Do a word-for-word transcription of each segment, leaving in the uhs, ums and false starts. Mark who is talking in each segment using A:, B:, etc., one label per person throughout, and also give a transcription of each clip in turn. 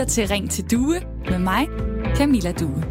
A: lytter til Ring til Due med mig, Camilla Due.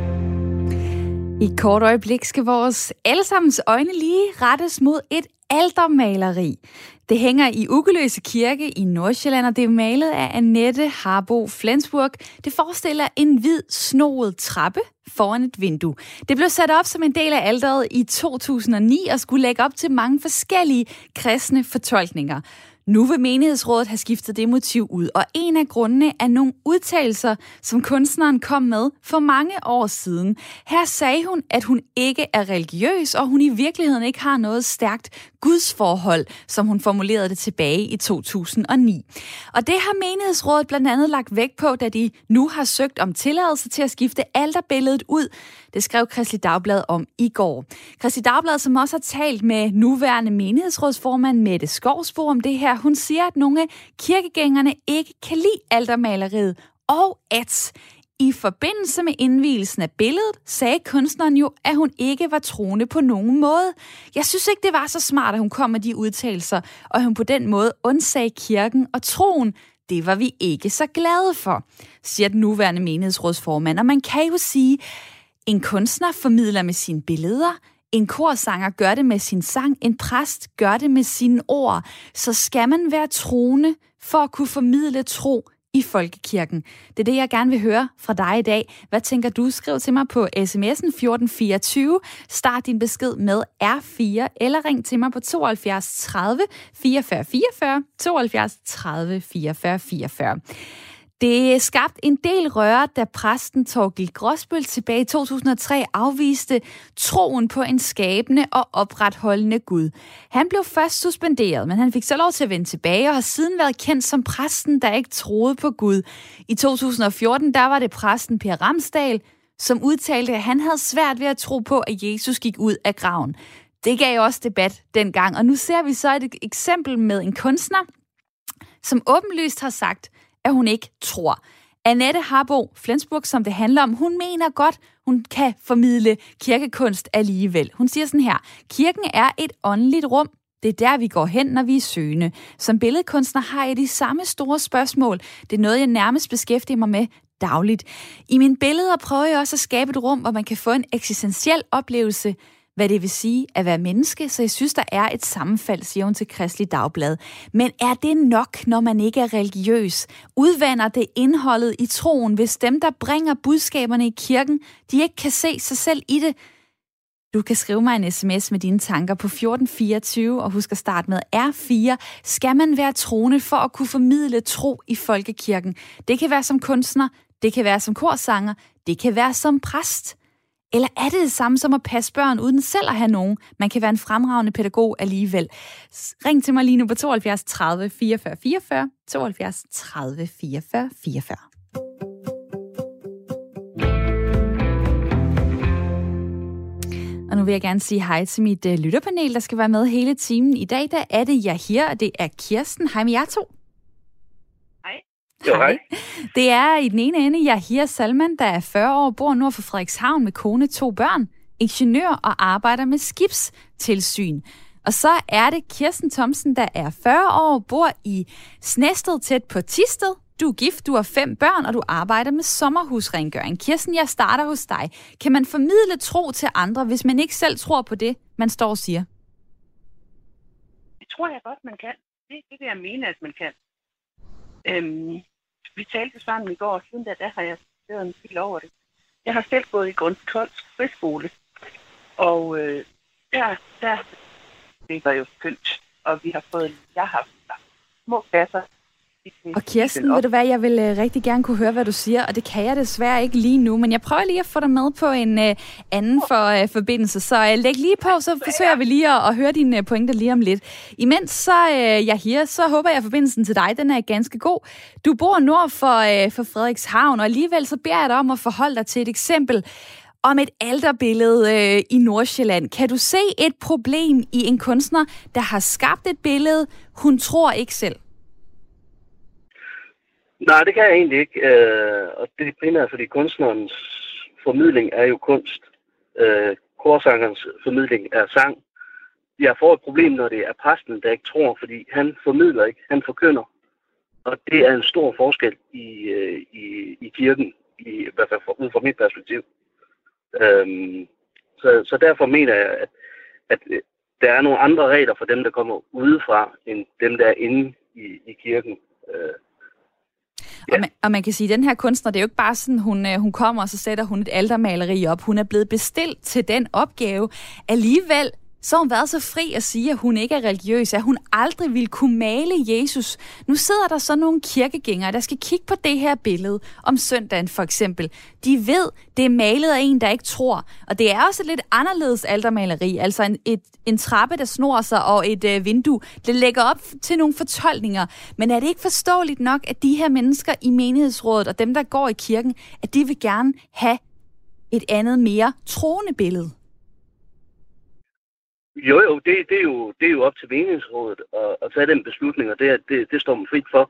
A: I et kort øjeblik skal vores allesammens øjne lige rettes mod et altermaleri. Det hænger i Ugeløse Kirke i Nordsjælland, og det er malet af Annette Harbo Flensburg. Det forestiller en hvid, snoet trappe foran et vindue. Det blev sat op som en del af alteret i to tusind og ni og skulle lægge op til mange forskellige kristne fortolkninger. Nu vil menighedsrådet have skiftet det motiv ud, og en af grundene er nogle udtalelser, som kunstneren kom med for mange år siden. Her sagde hun, at hun ikke er religiøs, og hun i virkeligheden ikke har noget stærkt gudsforhold, som hun formulerede det tilbage i to tusind og ni. Og det har menighedsrådet blandt andet lagt vægt på, da de nu har søgt om tilladelse til at skifte alterbilledet ud. Det skrev Kristeligt Dagblad om i går. Kristeligt Dagblad, som også har talt med nuværende menighedsrådsformand Mette Skovsbo om det her, hun siger, at nogle af kirkegængerne ikke kan lide altermaleriet, og at i forbindelse med indvielsen af billedet, sagde kunstneren jo, at hun ikke var troende på nogen måde. Jeg synes ikke, det var så smart, at hun kom med de udtalelser, og at hun på den måde undsagde kirken og troen. Det var vi ikke så glade for, siger den nuværende menighedsrådsformand. Og man kan jo sige, en kunstner formidler med sine billeder, en korsanger gør det med sin sang, en præst gør det med sine ord. Så skal man være troende for at kunne formidle tro i folkekirken. Det er det, jeg gerne vil høre fra dig i dag. Hvad tænker du? Skriv til mig på sms'en fjorten fireogtyve. Start din besked med R fire, eller ring til mig på tooghalvfjerds tredive fireogfyrre fireogfyrre, tooghalvfjerds tredive fireogfyrre fireogfyrre. Det skabte en del røre, da præsten Torgild Grosbøll tilbage i to tusind og tre afviste troen på en skabende og opretholdende Gud. Han blev først suspenderet, men han fik så lov til at vende tilbage og har siden været kendt som præsten, der ikke troede på Gud. I to tusind og fjorten der var det præsten Per Ramsdal, som udtalte, at han havde svært ved at tro på, at Jesus gik ud af graven. Det gav også debat dengang, og nu ser vi så et eksempel med en kunstner, som åbenlyst har sagt, at hun ikke tror. Annette Harbo Flensburg, som det handler om, hun mener godt, hun kan formidle kirkekunst alligevel. Hun siger sådan her: kirken er et åndeligt rum. Det er der, vi går hen, når vi er søgende. Som billedkunstner har jeg de samme store spørgsmål. Det er noget, jeg nærmest beskæftiger mig med dagligt. I mine billeder prøver jeg også at skabe et rum, hvor man kan få en eksistentiel oplevelse, hvad det vil sige at være menneske, så jeg synes, der er et sammenfald, siger hun til Kristeligt Dagblad. Men er det nok, når man ikke er religiøs? Udvander det indholdet i troen, hvis dem, der bringer budskaberne i kirken, de ikke kan se sig selv i det? Du kan skrive mig en sms med dine tanker på fjorten fireogtyve, og husk at starte med R fire. Skal man være troende for at kunne formidle tro i folkekirken? Det kan være som kunstner, det kan være som korsanger, det kan være som præst. Eller er det det samme som at passe børn uden selv at have nogen? Man kan være en fremragende pædagog alligevel. Ring til mig lige nu på tooghalvfjerds tredive fireogfyrre fireogfyrre, tooghalvfjerds tredive fireogfyrre fireogfyrre. Og nu vil jeg gerne sige hej til mit uh, lytterpanel, der skal være med hele timen. I dag der er det Yahir, og det er Kirsten. Hej med jer to.
B: Jo, hej.
A: Det er i den ene ende Yahir Salman, der er fyrre år, bor nord for Frederikshavn med kone, to børn, ingeniør og arbejder med skibstilsyn. Og så er det Kirsten Thomsen, der er fyrre år, bor i Snæsted tæt på Thisted. Du er gift, du har fem børn, og du arbejder med sommerhusrengøring. Kirsten, jeg starter hos dig. Kan man formidle tro til andre, hvis man ikke selv tror på det, man står og siger?
B: Det tror jeg godt, man kan. Det er det, jeg mener, at man kan. Øhm, vi talte sammen i går, og siden da, der har jeg lavet en del over det. Jeg har selv gået i Grundtolsk friskole, og øh, der, der det var jo fyldt, og vi har fået, jeg har haft små klasser.
A: Og Kirsten, ved du hvad, jeg vil uh, rigtig gerne kunne høre, hvad du siger, og det kan jeg desværre ikke lige nu, men jeg prøver lige at få dig med på en uh, anden for, uh, forbindelse, så uh, læg lige på, så forsøger vi lige at, at høre dine uh, pointer lige om lidt. Imens så uh, jeg her, så håber jeg, at forbindelsen til dig, den er ganske god. Du bor nord for, uh, for Frederikshavn, og alligevel så beder jeg dig om at forholde dig til et eksempel om et alterbillede øh, i Nordsjælland. Kan du se et problem i en kunstner, der har skabt et billede, hun tror ikke selv?
C: Nej, det kan jeg egentlig ikke. Øh, og det er primært, fordi kunstnerens formidling er jo kunst. Øh, korsangerens formidling er sang. Jeg får et problem, når det er præsten, der ikke tror, fordi han formidler ikke, han forkynder. Og det er en stor forskel i, øh, i, i kirken, i, i hvert fald ud fra mit perspektiv. Øhm, så, så derfor mener jeg, at, at der er nogle andre regler for dem, der kommer udefra, end dem, der er inde i, i kirken. Øh,
A: Ja. Og, man, og man kan sige, at den her kunstner, det er jo ikke bare sådan, hun, hun kommer, og så sætter hun et altermaleri op. Hun er blevet bestilt til den opgave. Alligevel så har hun været så fri at sige, at hun ikke er religiøs, at hun aldrig ville kunne male Jesus. Nu sidder der så nogle kirkegængere, der skal kigge på det her billede om søndagen for eksempel. De ved, det er malet af en, der ikke tror. Og det er også et lidt anderledes altermaleri, altså en, et, en trappe, der snor sig, og et øh, vindue. Det lægger op til nogle fortolkninger. Men er det ikke forståeligt nok, at de her mennesker i menighedsrådet, og dem, der går i kirken, at de vil gerne have et andet, mere troende billede?
C: Jo, jo, det, det, er jo, det er jo op til menighedsrådet at, at tage den beslutning, og det, det, det står man frit for.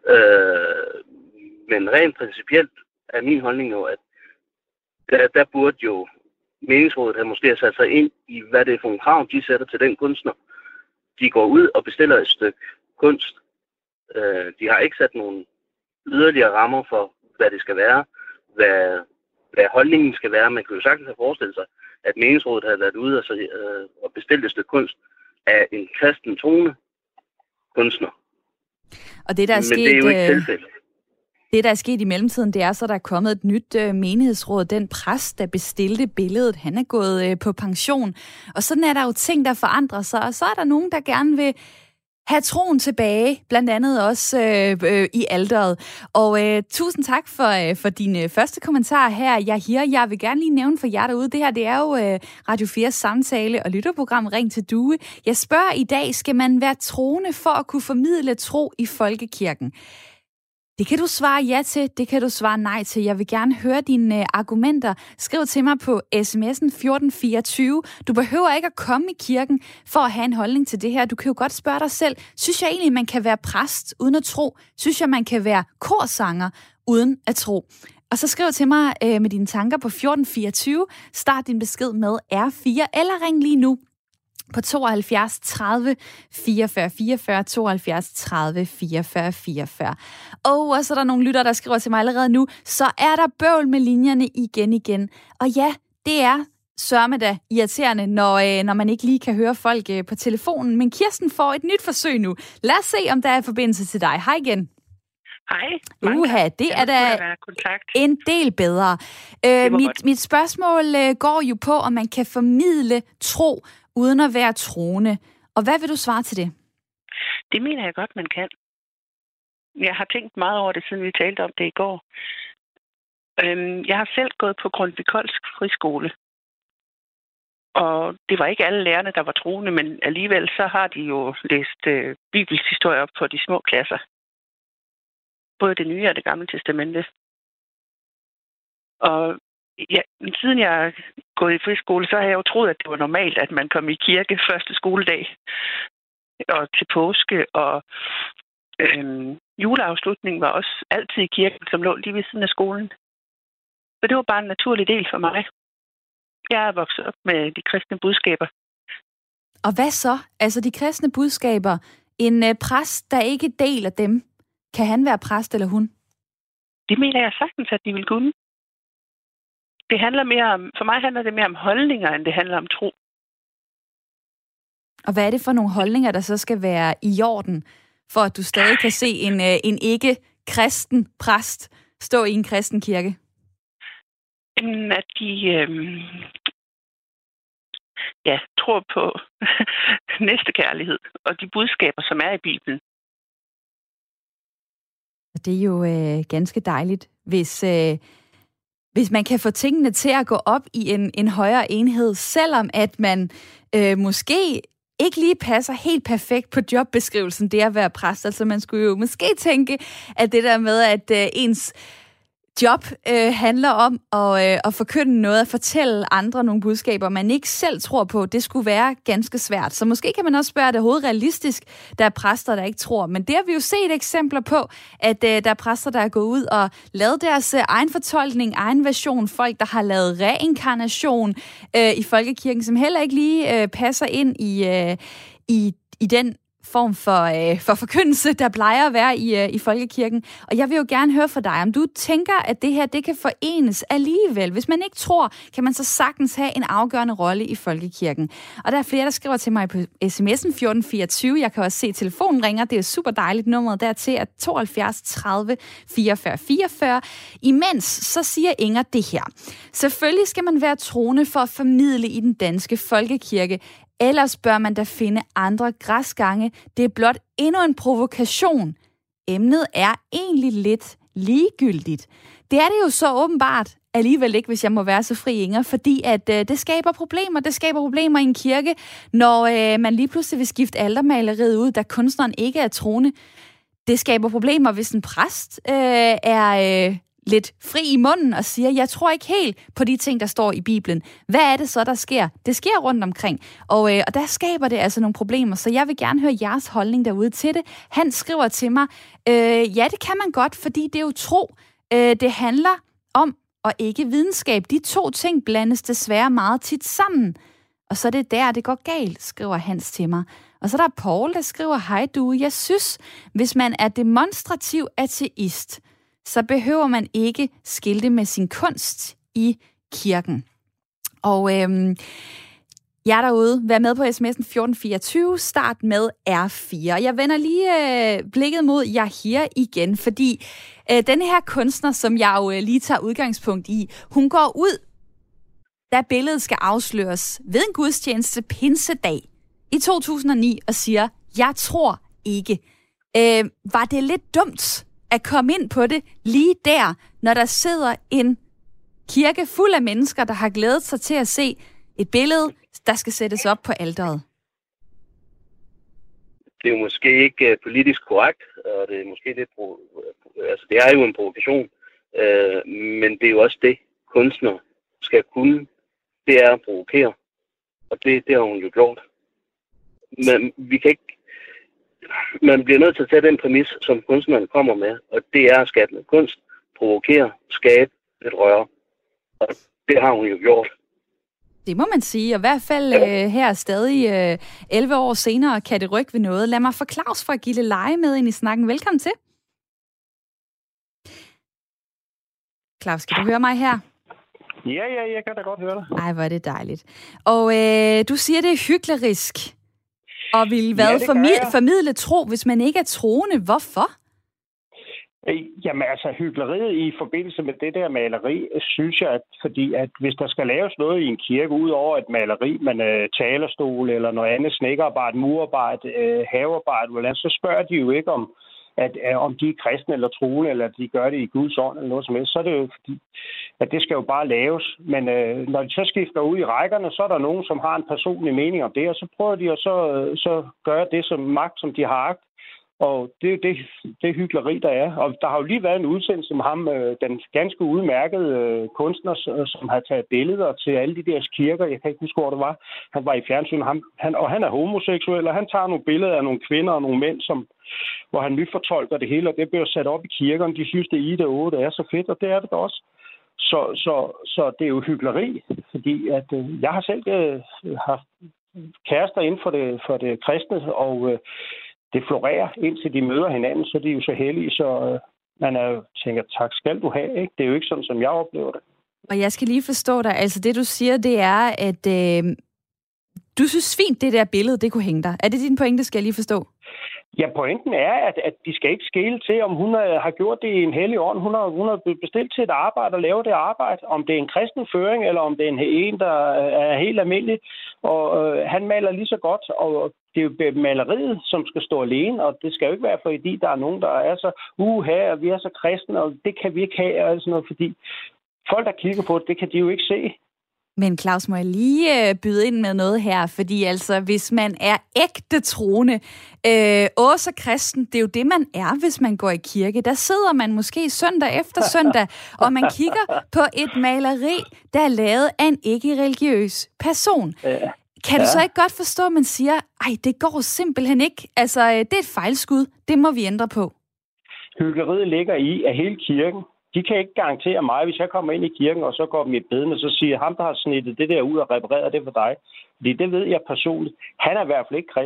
C: Øh, men rent principielt er min holdning jo, at der, der burde jo menighedsrådet have måske sat sig ind i, hvad det er for en krav, de sætter til den kunstner. De går ud og bestiller et stykke kunst. Øh, de har ikke sat nogle yderligere rammer for, hvad det skal være, hvad, hvad holdningen skal være. Man kan jo sagtens have forestillet sig, at menighedsrådet havde været ude og, så, øh, og bestilt et stykke kunst af en kristen tone kunstner.
A: Og det, der er
C: Men
A: sket,
C: det er jo ikke tilfældet.
A: Det, der er sket i mellemtiden, det er så, der er kommet et nyt øh, menighedsråd. Den præst, der bestilte billedet, han er gået øh, på pension. Og sådan er der jo ting, der forandrer sig. Og så er der nogen, der gerne vil have troen tilbage, blandt andet også øh, øh, i alteret. Og øh, tusind tak for, øh, for din øh, første kommentar her, Yahir. Jeg vil gerne lige nævne for jer derude, det her det er jo øh, Radio fires samtale- og lytterprogram Ring til Due. Jeg spørger i dag, skal man være troende for at kunne formidle tro i folkekirken? Det kan du svare ja til, det kan du svare nej til. Jeg vil gerne høre dine argumenter. Skriv til mig på sms'en fjorten fireogtyve. Du behøver ikke at komme i kirken for at have en holdning til det her. Du kan jo godt spørge dig selv, synes jeg egentlig, man kan være præst uden at tro? Synes jeg, man kan være korsanger uden at tro? Og så skriv til mig øh, med dine tanker på fjorten fireogtyve. Start din besked med R fire, eller ring lige nu på tooghalvfjerds tredive fireogfyrre fireogfyrre, tooghalvfjerds tredive fireogfyrre fireogfyrre. Og, og så er der nogle lyttere, der skriver til mig allerede nu, så er der bøvl med linjerne igen igen. Og ja, det er sørme da irriterende, når, øh, når man ikke lige kan høre folk øh, på telefonen. Men Kirsten får et nyt forsøg nu. Lad os se, om der er forbindelse til dig. Hej igen.
B: Hej.
A: Uha, det er da en del bedre. Øh, mit, mit spørgsmål øh, går jo på, om man kan formidle tro uden at være troende. Og hvad vil du svare til det?
B: Det mener jeg godt, man kan. Jeg har tænkt meget over det, siden vi talte om det i går. Øhm, jeg har selv gået på Grundtvig-Kolsk friskole. Og det var ikke alle lærerne, der var troende, men alligevel så har de jo læst øh, Bibels historie op på de små klasser. Både det nye og det gamle testamente. Og ja, siden jeg er gået i friskole, så har jeg jo troet, at det var normalt, at man kom i kirke første skoledag og til påske, og øhm, juleafslutningen var også altid i kirken, som lå lige ved siden af skolen. Så det var bare en naturlig del for mig. Jeg er vokset op med de kristne budskaber.
A: Og hvad så? Altså de kristne budskaber, en øh, præst, der ikke deler dem, kan han være præst eller hun?
B: Det mener jeg sagtens, at de vil kunne. Det handler mere om, for mig handler det mere om holdninger, end det handler om tro.
A: Og hvad er det for nogle holdninger, der så skal være i orden, for at du stadig kan se en, en ikke-kristen præst stå i en kristen kirke?
B: At de øh, ja, tror på næstekærlighed og de budskaber, som er i Bibelen.
A: Det er jo øh, ganske dejligt, hvis... Øh, Hvis man kan få tingene til at gå op i en, en højere enhed, selvom at man øh, måske ikke lige passer helt perfekt på jobbeskrivelsen, det at være præst. Altså man skulle jo måske tænke, at det der med, at øh, ens job øh, handler om at, øh, at forkynde noget, at fortælle andre nogle budskaber, man ikke selv tror på, det skulle være ganske svært. Så måske kan man også spørge, er det overhovedet realistisk, der er præster, der ikke tror. Men det har vi jo set eksempler på, at øh, der er præster, der er gået ud og lavet deres øh, egen fortolkning, egen version. Folk, der har lavet reinkarnation øh, i folkekirken, som heller ikke lige øh, passer ind i, øh, i, i den form for, øh, for forkyndelse, der plejer at være i, øh, i folkekirken. Og jeg vil jo gerne høre fra dig, om du tænker, at det her det kan forenes alligevel. Hvis man ikke tror, kan man så sagtens have en afgørende rolle i folkekirken. Og der er flere, der skriver til mig på sms'en fjorten fireogtyve. Jeg kan også se, at telefonen ringer. Det er super dejligt. Nummeret dertil er tooghalvfjerds tredive fireogfyrre fireogfyrre. Imens så siger Inger det her. Selvfølgelig skal man være troende for at formidle i den danske folkekirke. Ellers bør man da finde andre græsgange. Det er blot endnu en provokation. Emnet er egentlig lidt ligegyldigt. Det er det jo så åbenbart alligevel ikke, hvis jeg må være så fri, Inger, fordi at øh, det skaber problemer. Det skaber problemer i en kirke, når øh, man lige pludselig vil skifte altermaleriet ud, da kunstneren ikke er troende. Det skaber problemer, hvis en præst øh, er... Øh, lidt fri i munden og siger, jeg tror ikke helt på de ting, der står i Bibelen. Hvad er det så, der sker? Det sker rundt omkring. Og, øh, og der skaber det altså nogle problemer, så jeg vil gerne høre jeres holdning derude til det. Han skriver til mig, øh, ja, det kan man godt, fordi det er jo tro. Øh, det handler om og ikke videnskab. De to ting blandes desværre meget tit sammen. Og så er det der, det går galt, skriver Hans til mig. Og så er der Paul, der skriver, hej du, jeg synes, hvis man er demonstrativ ateist, så behøver man ikke skilte med sin kunst i kirken. Og øhm, jer derude, vær med på sms'en fjorten fireogtyve, start med R fire. Jeg vender lige øh, blikket mod Yahir igen, fordi øh, denne her kunstner, som jeg jo øh, lige tager udgangspunkt i, hun går ud, da billedet skal afsløres ved en gudstjeneste pinsedag i to tusind og ni og siger, jeg tror ikke. Øh, var det lidt dumt at komme ind på det lige der, når der sidder en kirke fuld af mennesker, der har glædet sig til at se et billede, der skal sættes op på alteret?
C: Det er jo måske ikke uh, politisk korrekt, og det er måske lidt pro- altså det er jo en provokation, uh, men det er jo også det, kunstner skal kunne. Det er at provokere, og det, det har hun jo gjort. Men vi kan ikke Man bliver nødt til at tage den præmis, som kunstneren kommer med, og det er at skabe noget kunst, provokere, skabe et røre. Og det har hun jo gjort.
A: Det må man sige, og i hvert fald ja. øh, her stadig øh, elleve år senere kan det rykke ved noget. Lad mig få Claus fra Gilleleje med ind i snakken. Velkommen til. Claus, kan du høre mig her?
D: Ja, ja, jeg kan da godt høre dig.
A: Ej, hvor er det dejligt. Og øh, du siger, det er hyklerisk. Og vil hvad ja, formidle, formidle tro, hvis man ikke er troende? Hvorfor?
D: Jamen altså, hykleriet i forbindelse med det der maleri, synes jeg, at, fordi at hvis der skal laves noget i en kirke, ud over et maleri, man uh, talerstol eller noget andet, snækkerarbejde, murarbejde, uh, havearbejde, så spørger de jo ikke om, at uh, om de er kristne eller troende, eller de gør det i Guds ånd eller noget som helst. Så er det jo fordi, at det skal jo bare laves. Men uh, når de så skifter ud i rækkerne, så er der nogen, som har en personlig mening om det, og så prøver de at så, uh, så gøre det som magt, som de har agt. Og det er det, det hykleri, der er. Og der har jo lige været en udsendelse med ham, den ganske udmærkede kunstner, som har taget billeder til alle de der kirker. Jeg kan ikke huske, hvor det var. Han var i fjernsyn, han, han, og han er homoseksuel, og han tager nogle billeder af nogle kvinder og nogle mænd, som, hvor han nyfortolker det hele, og det bliver sat op i kirkerne. De synes, det i det otte er så fedt, og det er det også. Så, så, så det er jo hykleri, fordi at, øh, jeg har selv øh, haft kærester inden for det, for det kristne, og øh, det florerer, indtil de møder hinanden, så de er jo så heldige, så øh, man er jo tænker, tak skal du have, ikke? Det er jo ikke sådan, som jeg oplever det.
A: Og jeg skal lige forstå dig, altså det du siger, det er, at øh, du synes fint, det der billede, det kunne hænge dig. Er det din pointe, skal jeg lige forstå?
D: Ja, pointen er, at, at de skal ikke skele til, om hun er, har gjort det i en hellig ånd. Hun har, hun har bestilt til et arbejde og lave det arbejde. Om det er en kristen føring, eller om det er en, en der er helt almindelig. Og øh, han maler lige så godt, og det er jo maleriet, som skal stå alene. Og det skal jo ikke være, fordi der er nogen, der er så uha, og vi er så kristne, og det kan vi ikke have, og sådan noget, fordi folk, der kigger på det, det kan de jo ikke se.
A: Men Claus, må jeg lige øh, byde ind med noget her? Fordi altså, hvis man er ægte troende, øh, og så kristen, det er jo det, man er, hvis man går i kirke. Der sidder man måske søndag efter søndag, og man kigger på et maleri, der er lavet af en ikke-religiøs person. Ja. Kan du ja. så ikke godt forstå, at man siger, ej, det går simpelthen ikke. Altså, det er et fejlskud. Det må vi ændre på.
D: Hykleriet ligger i, at hele kirken, de kan ikke garantere mig, hvis jeg kommer ind i kirken, og så går dem i bedene, så siger ham, der har snittet det der ud og repareret det for dig. Fordi det ved jeg personligt. Han er i hvert fald ikke kristen.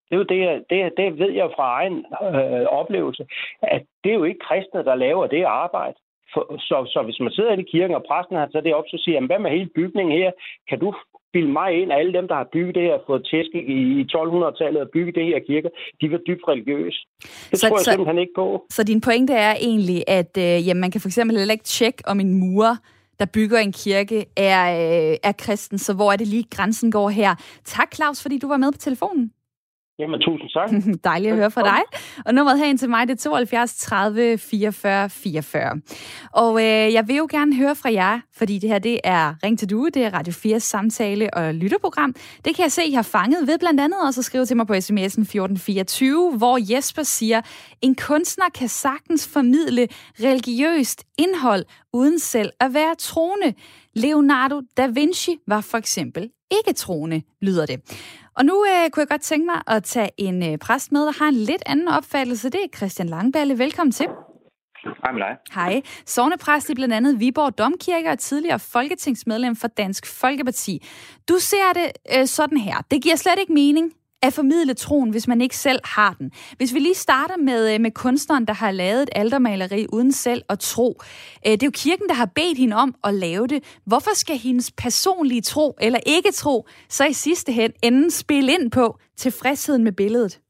D: Det er jo det, det, det ved jeg fra egen øh, oplevelse, at det er jo ikke kristne, der laver det arbejde. For, så, så hvis man sidder i kirken, og præsten har taget det op, så siger han, hvad med hele bygningen her? Kan du bilde mig ind, at alle dem, der har bygget det her, fået tæsk i tolv-hundrede-tallet og bygget det her kirke, de var dybt religiøse. Det så, tror jeg så, simpelthen ikke på.
A: Så din pointe er egentlig, at øh, jamen, man kan for eksempel heller ikke tjekke, om en murer, der bygger en kirke, er, øh, er kristen. Så hvor er det lige, grænsen går her? Tak, Claus, fordi du var med på telefonen.
D: Jamen, tusind tak.
A: Dejligt at høre fra dig. Og nummeret herind til mig, det er tooghalvfjerds tredive fireogfyrre fireogfyrre. Og øh, jeg vil jo gerne høre fra jer, fordi det her, det er Ring til Due, det er Radio fires samtale- og lytterprogram. Det kan jeg se, I har fanget ved blandt andet også at skrive til mig på sms'en fjorten fireogtyve, hvor Jesper siger, en kunstner kan sagtens formidle religiøst indhold, uden selv at være troende. Leonardo da Vinci var for eksempel ikke troende, lyder det. Og nu øh, kunne jeg godt tænke mig at tage en øh, præst med, der har en lidt anden opfattelse. Det er Christian Langballe. Velkommen til.
E: Hej med dig.
A: Hej. Sognepræst i blandt andet Viborg Domkirke og tidligere folketingsmedlem for Dansk Folkeparti. Du ser det øh, sådan her. Det giver slet ikke mening at formidle troen, hvis man ikke selv har den. Hvis vi lige starter med, med kunstneren, der har lavet et altermaleri uden selv at tro. Det er jo kirken, der har bedt hende om at lave det. Hvorfor skal hendes personlige tro eller ikke tro så i sidste ende spille ind på tilfredsheden med billedet?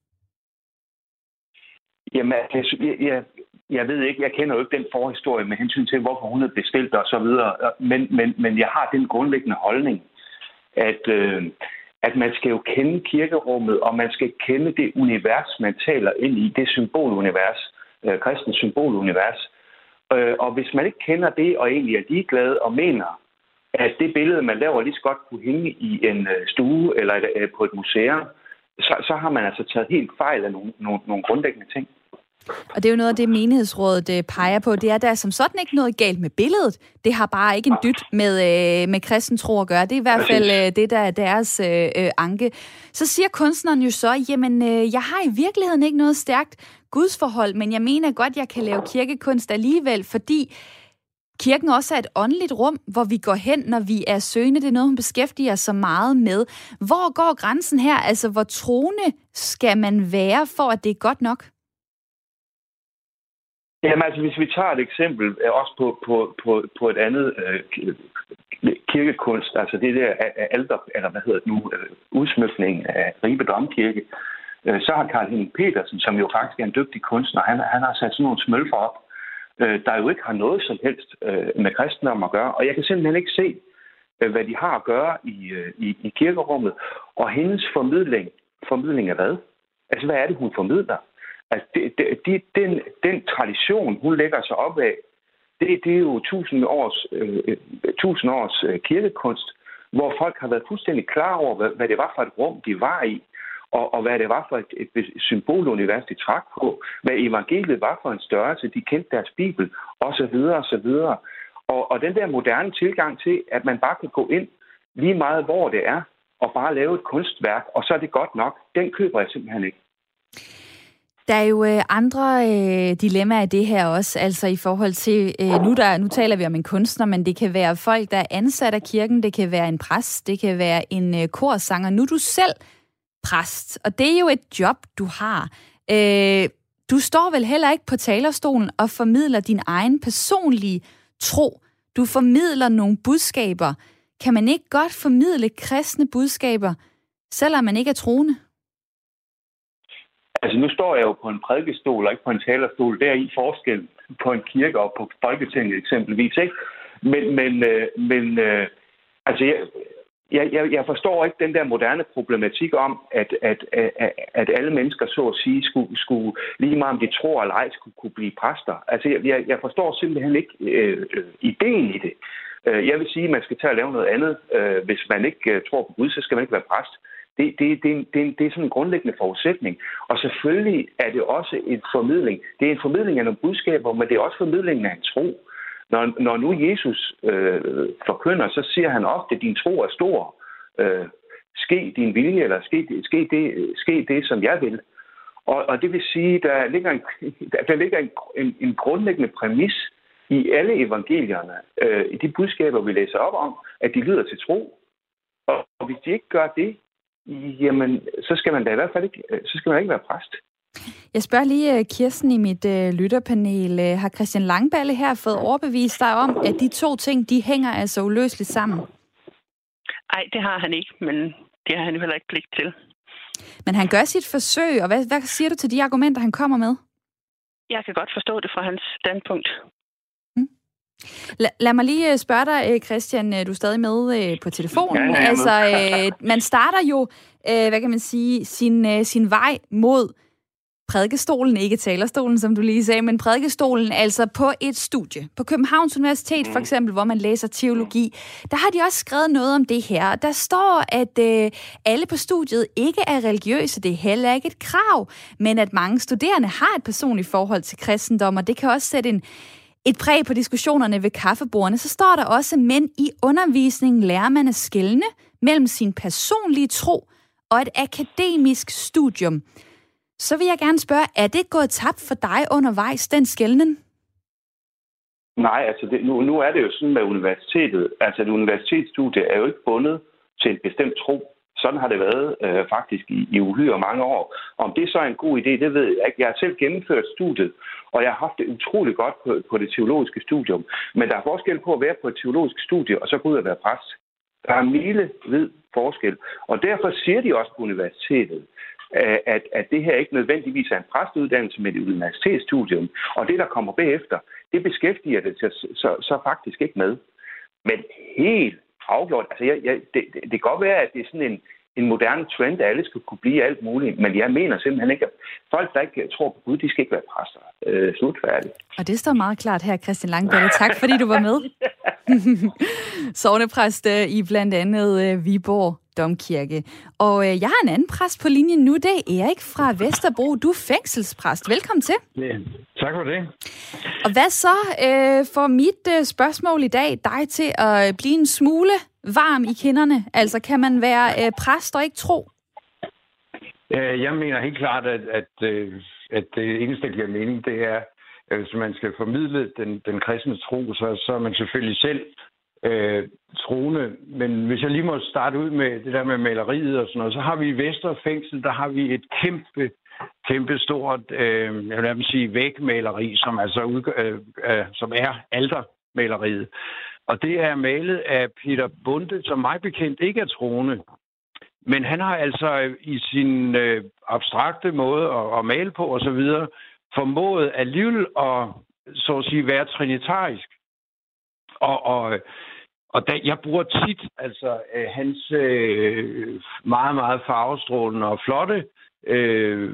E: Jamen, jeg, jeg, jeg ved ikke, jeg kender jo ikke den forhistorie med hensyn til, hvorfor hun er bestilt og så videre. Men, men, men jeg har den grundlæggende holdning, at... Øh, at man skal jo kende kirkerummet, og man skal kende det univers, man taler ind i, det symbolunivers, øh, kristens symbolunivers. Øh, og hvis man ikke kender det, og egentlig er ligeglad og mener, at det billede, man laver, lige så godt kunne hænge i en øh, stue eller øh, på et museum, så, så har man altså taget helt fejl af nogle, nogle, nogle grundlæggende ting.
A: Og det er jo noget af det, menighedsrådet peger på. Det er, der er som sådan ikke noget galt med billedet. Det har bare ikke en dyt med, øh, med kristen tro at gøre. Det er i hvert fald øh, det, der er deres øh, anke. Så siger kunstneren jo så, jamen, øh, jeg har i virkeligheden ikke noget stærkt gudsforhold, men jeg mener godt, jeg kan lave kirkekunst alligevel, fordi kirken også er et åndeligt rum, hvor vi går hen, når vi er søgende. Det er noget, hun beskæftiger sig meget med. Hvor går grænsen her? Altså, hvor troende skal man være, for at det er godt nok?
E: Jamen altså, hvis vi tager et eksempel også på, på, på, på et andet øh, kirkekunst, altså det der alter, eller hvad hedder det nu, øh, udsmykning af Ribe Domkirke, øh, så har Karl Henning Petersen, som jo faktisk er en dygtig kunstner, han, han har sat sådan nogle smølfer op, øh, der jo ikke har noget som helst øh, med kristendom at gøre, og jeg kan simpelthen ikke se, øh, hvad de har at gøre i, øh, i, i kirkerummet, og hendes formidling, formidling af hvad? Altså, hvad er det, hun formidler? Altså, det, det, den, den tradition, hun lægger sig op af, det, det er jo tusind års, øh, tusind års øh, kirkekunst, hvor folk har været fuldstændig klar over, hvad, hvad det var for et rum, de var i, og, og hvad det var for et, et symbolunivers, de trak på, hvad evangeliet var for en størrelse, de kendte deres bibel, osv. osv. Og, og den der moderne tilgang til, at man bare kan gå ind lige meget, hvor det er, og bare lave et kunstværk, og så er det godt nok, den køber jeg simpelthen ikke.
A: Der er jo øh, andre øh, dilemmaer i det her også, altså i forhold til, øh, nu, der, nu taler vi om en kunstner, men det kan være folk, der er ansat af kirken, det kan være en præst, det kan være en øh, korsanger. Nu er du selv præst, og det er jo et job, du har. Øh, du står vel heller ikke på talerstolen og formidler din egen personlige tro. Du formidler nogle budskaber. Kan man ikke godt formidle kristne budskaber, selvom man ikke er troende?
E: Altså, nu står jeg jo på en prædikestol og ikke på en talerstol. Der er i forskel på en kirke og på Folketinget eksempelvis, ikke? Men, men, øh, men øh, altså, jeg, jeg, jeg forstår ikke den der moderne problematik om, at, at, at, at alle mennesker, så at sige, skulle, skulle lige meget om de tror eller ej, skulle kunne blive præster. Altså, jeg, jeg forstår simpelthen ikke øh, øh, ideen i det. Jeg vil sige, at man skal tage og lave noget andet. Hvis man ikke tror på Gud, så skal man ikke være præst. Det, det, det, det, det er sådan en grundlæggende forudsætning. Og selvfølgelig er det også en formidling. Det er en formidling af nogle budskaber, men det er også formidlingen af en tro. Når, når nu Jesus øh, forkynder, så siger han ofte, at din tro er stor. Øh, ske din vilje, eller ske, ske, det, ske det, som jeg vil. Og, og det vil sige, der ligger en, der ligger en, en, en grundlæggende præmis i alle evangelierne, øh, i de budskaber, vi læser op om, at de lyder til tro. Og, og hvis de ikke gør det, jamen, så skal man da i hvert fald ikke, så skal man ikke være præst.
A: Jeg spørger lige Kirsten i mit øh, lytterpanel. Har Christian Langballe her fået overbevist dig om, at de to ting, de hænger altså uløseligt sammen?
B: Nej, det har han ikke, men det har han jo heller ikke pligt til.
A: Men han gør sit forsøg, og hvad, hvad siger du til de argumenter, han kommer med?
B: Jeg kan godt forstå det fra hans standpunkt.
A: Hmm. La- lad mig lige spørge dig, Christian, du er stadig med på telefonen.
E: Ja,
A: altså, øh, man starter jo, øh, hvad kan man sige, sin, øh, sin vej mod prædikestolen, ikke talerstolen, som du lige sagde, men prædikestolen, altså på et studie. På Københavns Universitet for eksempel, hvor man læser teologi, der har de også skrevet noget om det her. Der står, at øh, alle på studiet ikke er religiøse, det er heller ikke et krav, men at mange studerende har et personligt forhold til kristendom, og det kan også sætte en, et præg på diskussionerne ved kaffebordene. Så står der også, men i undervisningen lærer man at skelne mellem sin personlige tro og et akademisk studium. Så vil jeg gerne spørge, er det gået tabt for dig undervejs, den skelnen?
E: Nej, altså det, nu, nu er det jo sådan med universitetet. Altså et universitetsstudie er jo ikke bundet til en bestemt tro. Sådan har det været øh, faktisk i, i uhyre mange år. Om det så er en god idé, det ved jeg ikke. Jeg har selv gennemført studiet, og jeg har haft det utrolig godt på, på det teologiske studium. Men der er forskel på at være på et teologisk studie, og så gå ud og være præst. Der er milevid forskel. Og derfor siger de også på universitetet, At, at det her ikke nødvendigvis er en præsteuddannelse med et universitetsstudium, og det, der kommer bagefter, det beskæftiger det så, så, så faktisk ikke med. Men helt afgjort, altså jeg, jeg, det, det, det kan godt være, at det er sådan en, en moderne trend, at alle skal kunne blive alt muligt, men jeg mener simpelthen ikke, at folk, der ikke tror på Gud, de skal ikke være præster. Øh, slutfærdigt. Og
A: det står meget klart her, Christian Langballe. Tak, fordi du var med. Sognepræst i blandt andet Viborg Domkirke. Og øh, jeg har en anden præst på linjen nu, det er Erik fra Vesterbro. Du er fængselspræst. Velkommen til.
F: Ja, tak for det.
A: Og hvad så øh, får mit øh, spørgsmål i dag dig til at blive en smule varm i kinderne? Altså, kan man være øh, præst og ikke tro?
F: Jeg mener helt klart, at, at, at det eneste, der giver mening, det er, at hvis man skal formidle den, den kristne tro, så, så er man selvfølgelig selv Øh, troende. Men hvis jeg lige må starte ud med det der med maleriet og sådan noget, så har vi i Vestre Fængsel, der har vi et kæmpe, kæmpe stort, øh, jeg vil nærmest sige, vægmaleri, som, altså udgør, øh, øh, som er altermaleriet. Og det er malet af Peter Bunde, som mig bekendt ikke er troende. Men han har altså i sin øh, abstrakte måde at, at male på og så videre, formået alligevel at, så at sige, være trinitarisk. Og, og, og da, jeg bruger tit altså øh, hans øh, meget, meget farvestrålende og flotte øh,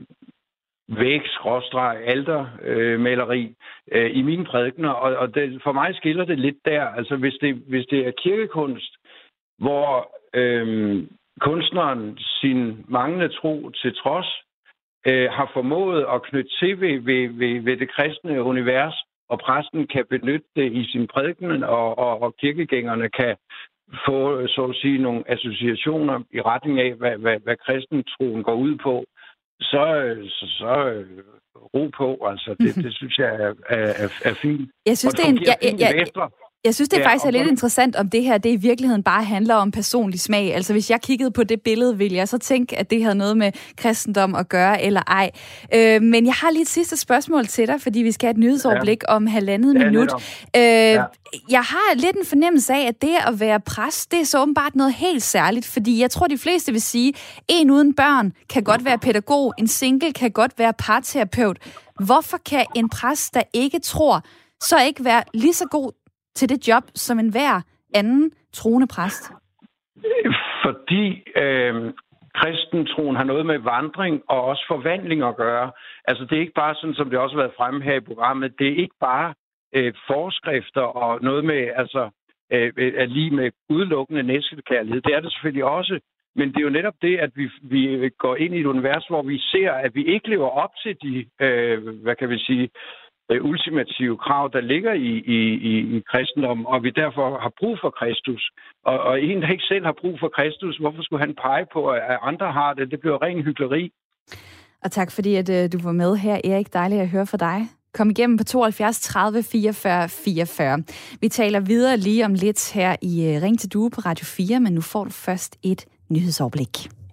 F: væg-alter-maleri øh, i mine prædikener. Og, og det, for mig skiller det lidt der. Altså hvis det, hvis det er kirkekunst, hvor øh, kunstneren sin manglende tro til trods øh, har formået at knytte til ved, ved, ved, ved det kristne univers, og præsten kan benytte det i sin prædiken, og, og, og kirkegængerne kan få, så at sige, nogle associationer i retning af, hvad, hvad, hvad kristentroen går ud på, så, så, så ro på. Altså, det, det synes jeg er, er, er fint.
A: Jeg synes, det, det er en... Jeg, jeg, jeg, Jeg synes, det ja, faktisk er lidt interessant, om det her det i virkeligheden bare handler om personlig smag. Altså, hvis jeg kiggede på det billede, ville jeg så tænke, at det havde noget med kristendom at gøre, eller ej. Øh, men jeg har lige et sidste spørgsmål til dig, fordi vi skal have et nyhedsoverblik ja. om halvandet ja, minut. Øh, ja. Jeg har lidt en fornemmelse af, at det at være præst, det er så åbenbart noget helt særligt, fordi jeg tror, de fleste vil sige, en uden børn kan godt være pædagog, en single kan godt være parterapeut. Hvorfor kan en præst, der ikke tror, så ikke være lige så god til det job som en hver anden troende præst?
F: Fordi øh, kristentroen har noget med vandring og også forvandling at gøre. Altså det er ikke bare sådan, som det også har været fremme her i programmet, det er ikke bare øh, forskrifter og noget med, altså øh, er lige med udelukkende næstekærlighed. Det er det selvfølgelig også. Men det er jo netop det, at vi, vi går ind i et univers, hvor vi ser, at vi ikke lever op til de, øh, hvad kan vi sige, ultimative krav, der ligger i, i, i, i kristendommen, og vi derfor har brug for Kristus. Og, og en, der ikke selv har brug for Kristus, hvorfor skulle han pege på, at andre har det? Det bliver ren hykleri.
A: Og tak fordi, at uh, du var med her, Erik. Dejligt at høre fra dig. Kom igennem på tooghalvfjerds tredive fireogfyrre fireogfyrre. Vi taler videre lige om lidt her i uh, Ring til Due på Radio fire, men nu får du først et nyhedsoverblik.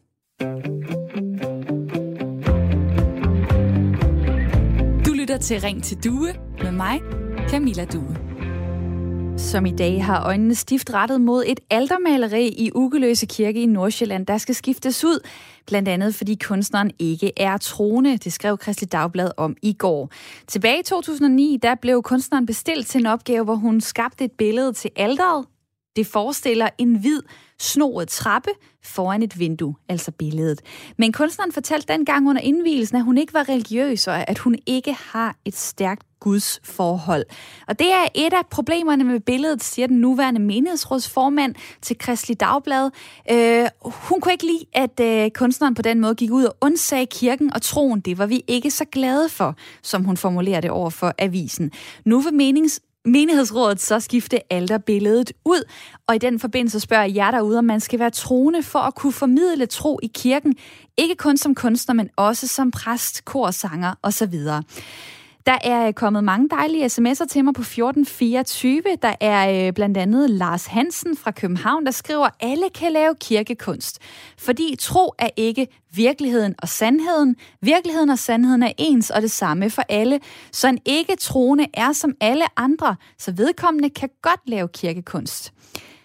A: Du lytter til Ring til Due med mig, Camilla Due. Som i dag har øjnene stift rettet mod et altermaleri i Ugeløse Kirke i Nordsjælland, der skal skiftes ud. Blandt andet fordi kunstneren ikke er troende. Det skrev Kristeligt Dagblad om i går. Tilbage i to tusind og ni, der blev kunstneren bestilt til en opgave, hvor hun skabte et billede til alteret. Det forestiller en hvid, snoet trappe foran et vindue, altså billedet. Men kunstneren fortalte dengang under indvielsen, at hun ikke var religiøs, og at hun ikke har et stærkt Guds forhold. Og det er et af problemerne med billedet, siger den nuværende menighedsrådsformand til Kristeligt Dagblad. Øh, hun kunne ikke lide, at øh, kunstneren på den måde gik ud og undsagde kirken og troen. Det var vi ikke så glade for, som hun formulerer det over for avisen. Nu vil menings menighedsrådet så skifte alterbilledet ud, og i den forbindelse spørger jeg derude, om man skal være troende for at kunne formidle tro i kirken, ikke kun som kunstner, men også som præst, korsanger osv. Der er kommet mange dejlige sms'er til mig på fjorten fireogtyve. Der er øh, blandt andet Lars Hansen fra København, der skriver, at alle kan lave kirkekunst. Fordi tro er ikke virkeligheden og sandheden. Virkeligheden og sandheden er ens og det samme for alle. Så en ikke-troende er som alle andre, så vedkommende kan godt lave kirkekunst.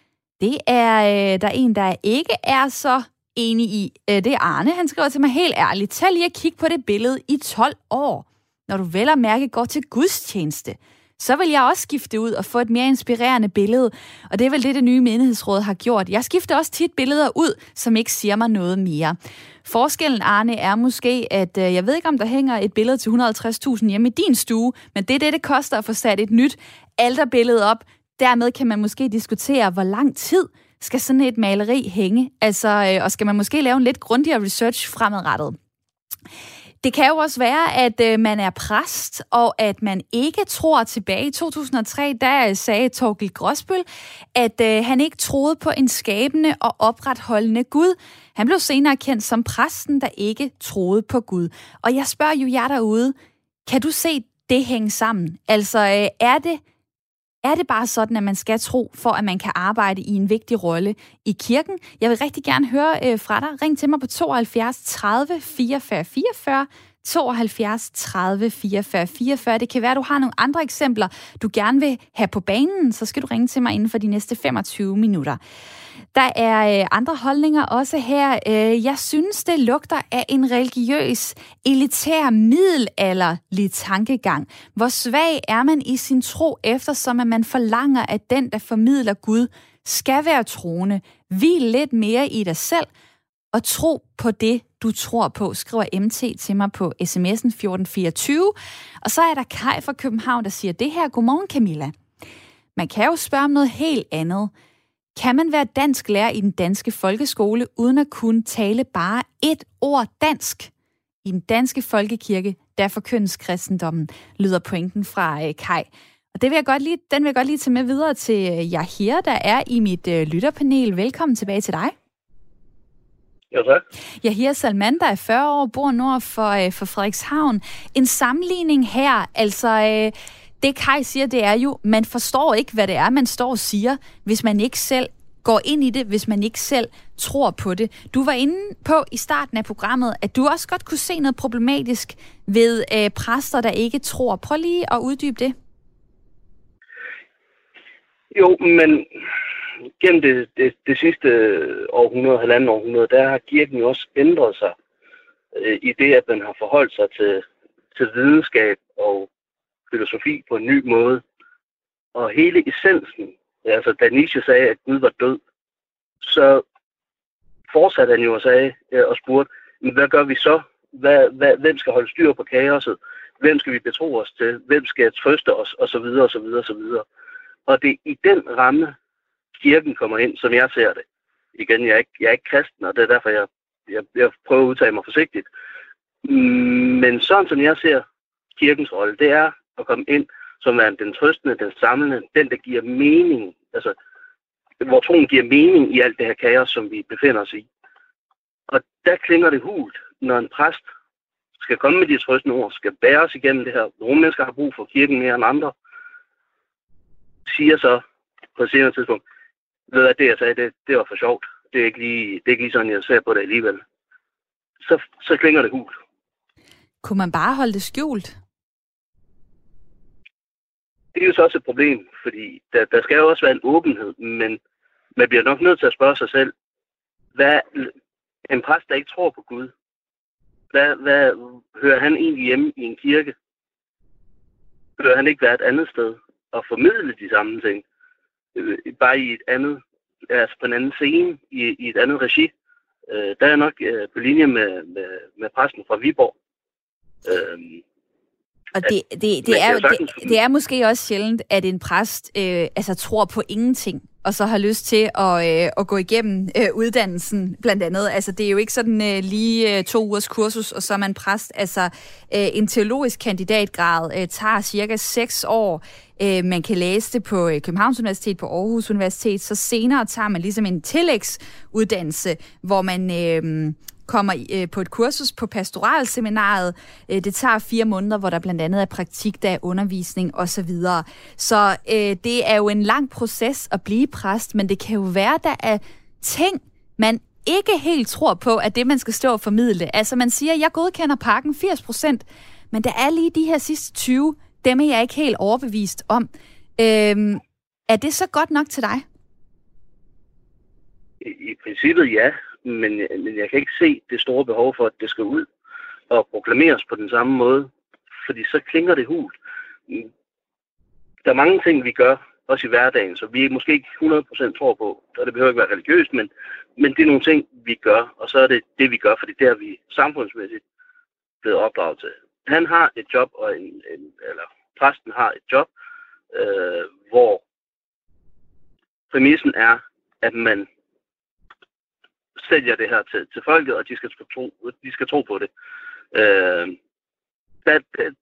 A: Det er øh, der er en, der ikke er så enig i. Øh, det er Arne. Han skriver til mig helt ærligt, tag lige at kigge på det billede i tolv år. Når du vel og mærke går til gudstjeneste, så vil jeg også skifte ud og få et mere inspirerende billede. Og det er vel det, det nye menighedsråd har gjort. Jeg skifter også tit billeder ud, som ikke siger mig noget mere. Forskellen, Arne, er måske, at øh, jeg ved ikke, om der hænger et billede til et hundrede og halvtreds tusind hjemme i din stue, men det er det, det koster at få sat et nyt alterbillede op. Dermed kan man måske diskutere, hvor lang tid skal sådan et maleri hænge. Altså, øh, og skal man måske lave en lidt grundigere research fremadrettet. Det kan jo også være, at øh, man er præst, og at man ikke tror. Tilbage i to tusind og tre, der sagde Torkild Grosbøll, at øh, han ikke troede på en skabende og opretholdende Gud. Han blev senere kendt som præsten, der ikke troede på Gud. Og jeg spørger jo jer derude, kan du se det hænge sammen? Altså, øh, er det Er det bare sådan, at man skal tro, for at man kan arbejde i en vigtig rolle i kirken? Jeg vil rigtig gerne høre øh, fra dig. Ring til mig på tooghalvfjerds tredive fireogfyrre fireogfyrre, tooghalvfjerds tredive fireogfyrre fireogfyrre. Det kan være, at du har nogle andre eksempler, du gerne vil have på banen, så skal du ringe til mig inden for de næste femogtyve minutter. Der er øh, andre holdninger også her. Øh, jeg synes, det lugter af en religiøs, elitær, middelalderlig tankegang. Hvor svag er man i sin tro, eftersom at man forlanger, at den, der formidler Gud, skal være troende. Hvil lidt mere i dig selv og tro på det, du tror på, skriver M T til mig på sms'en fjorten fireogtyve. Og så er der Kai fra København, der siger det her. Godmorgen, Camilla. Man kan jo spørge om noget helt andet. Kan man være dansk lærer i den danske folkeskole, uden at kunne tale bare et ord dansk? I den danske folkekirke, der forkyndes kristendommen, lyder pointen fra øh, Kai. Og det vil jeg godt lige, den vil jeg godt lige tage med videre til Yahir, der er i mit øh, lytterpanel. Velkommen tilbage til dig.
C: Ja, tak.
A: Yahir Salman, der er fyrre år, bor nord for, øh, for Frederikshavn. En sammenligning her, altså... Øh, Det Kai siger, det er jo, man forstår ikke, hvad det er, man står og siger, hvis man ikke selv går ind i det, hvis man ikke selv tror på det. Du var inde på i starten af programmet, at du også godt kunne se noget problematisk ved øh, præster, der ikke tror. Prøv lige at uddybe det.
C: Jo, men gennem det, det, det sidste århundrede, halvanden århundrede, der har kirken jo også ændret sig øh, i det, at man har forholdt sig til, til videnskab og filosofi på en ny måde. Og hele essensen, altså da Nietzsche sagde, at Gud var død, så fortsatte han jo og sagde og spurgte, hvad gør vi så? Hvad, hvad, hvem skal holde styr på kaoset? Hvem skal vi betro os til? Hvem skal trøste os? Og så videre, og så videre, og så videre. Og det er i den ramme, kirken kommer ind, som jeg ser det. Igen, jeg er ikke, jeg er ikke kristen, og det er derfor, jeg, jeg, jeg prøver at udtale mig forsigtigt. Men sådan som jeg ser kirkens rolle, det er at komme ind som er den trøstende, den samlende, den, der giver mening. Altså, hvor troen giver mening i alt det her kaos, som vi befinder os i. Og der klinger det hult, når en præst skal komme med de trøstende ord, skal bære os igennem det her. Nogle mennesker har brug for kirken mere end andre. Siger så på et senere tidspunkt, ved at det, jeg sagde, det, det var for sjovt. Det er, ikke lige, det er ikke lige sådan, jeg ser på det alligevel. så, så klinger det hult.
A: Kunne man bare holde det skjult?
C: Det er jo så også et problem, fordi der, der skal jo også være en åbenhed, men man bliver nok nødt til at spørge sig selv, hvad en præst, der ikke tror på Gud, hvad, hvad hører han egentlig hjemme i en kirke? Hører han ikke være et andet sted og formidle de samme ting? Bare i et andet, altså på en anden scene, i, i et andet regi. Øh, der er nok øh, på linje med, med, med præsten fra Viborg. Øh,
A: Og det, det, det, er, det, det er måske også sjældent, at en præst øh, altså, tror på ingenting, og så har lyst til at, øh, at gå igennem øh, uddannelsen, blandt andet. Altså, det er jo ikke sådan øh, lige øh, to ugers kursus, og så er man præst. Altså, øh, en teologisk kandidatgrad øh, tager cirka seks år. Øh, man kan læse det på øh, Københavns Universitet, på Aarhus Universitet. Så senere tager man ligesom en tillægsuddannelse, hvor man Øh, kommer øh, på et kursus på pastoralseminaret. Øh, det tager fire måneder, hvor der blandt andet er praktik, der er undervisning osv. Så øh, det er jo en lang proces at blive præst, men det kan jo være, der er ting, man ikke helt tror på, at det, man skal stå og formidle. Altså man siger, jeg godkender pakken firs procent, men der er lige de her sidste tyve, dem er jeg ikke helt overbevist om. Øh, er det så godt nok til dig?
C: I, i princippet ja. Men, men jeg kan ikke se det store behov for, at det skal ud og proklameres på den samme måde, fordi så klinger det hult. Der er mange ting, vi gør, også i hverdagen, så vi måske ikke hundrede procent tror på, og det behøver ikke være religiøst, men, men det er nogle ting, vi gør, og så er det det, vi gør, fordi det er vi samfundsmæssigt blevet opdraget til. Han har et job, og en, en, eller præsten har et job, øh, hvor præmissen er, at man sælger det her til, til folket, og de skal tro, de skal tro på det. Øh, det,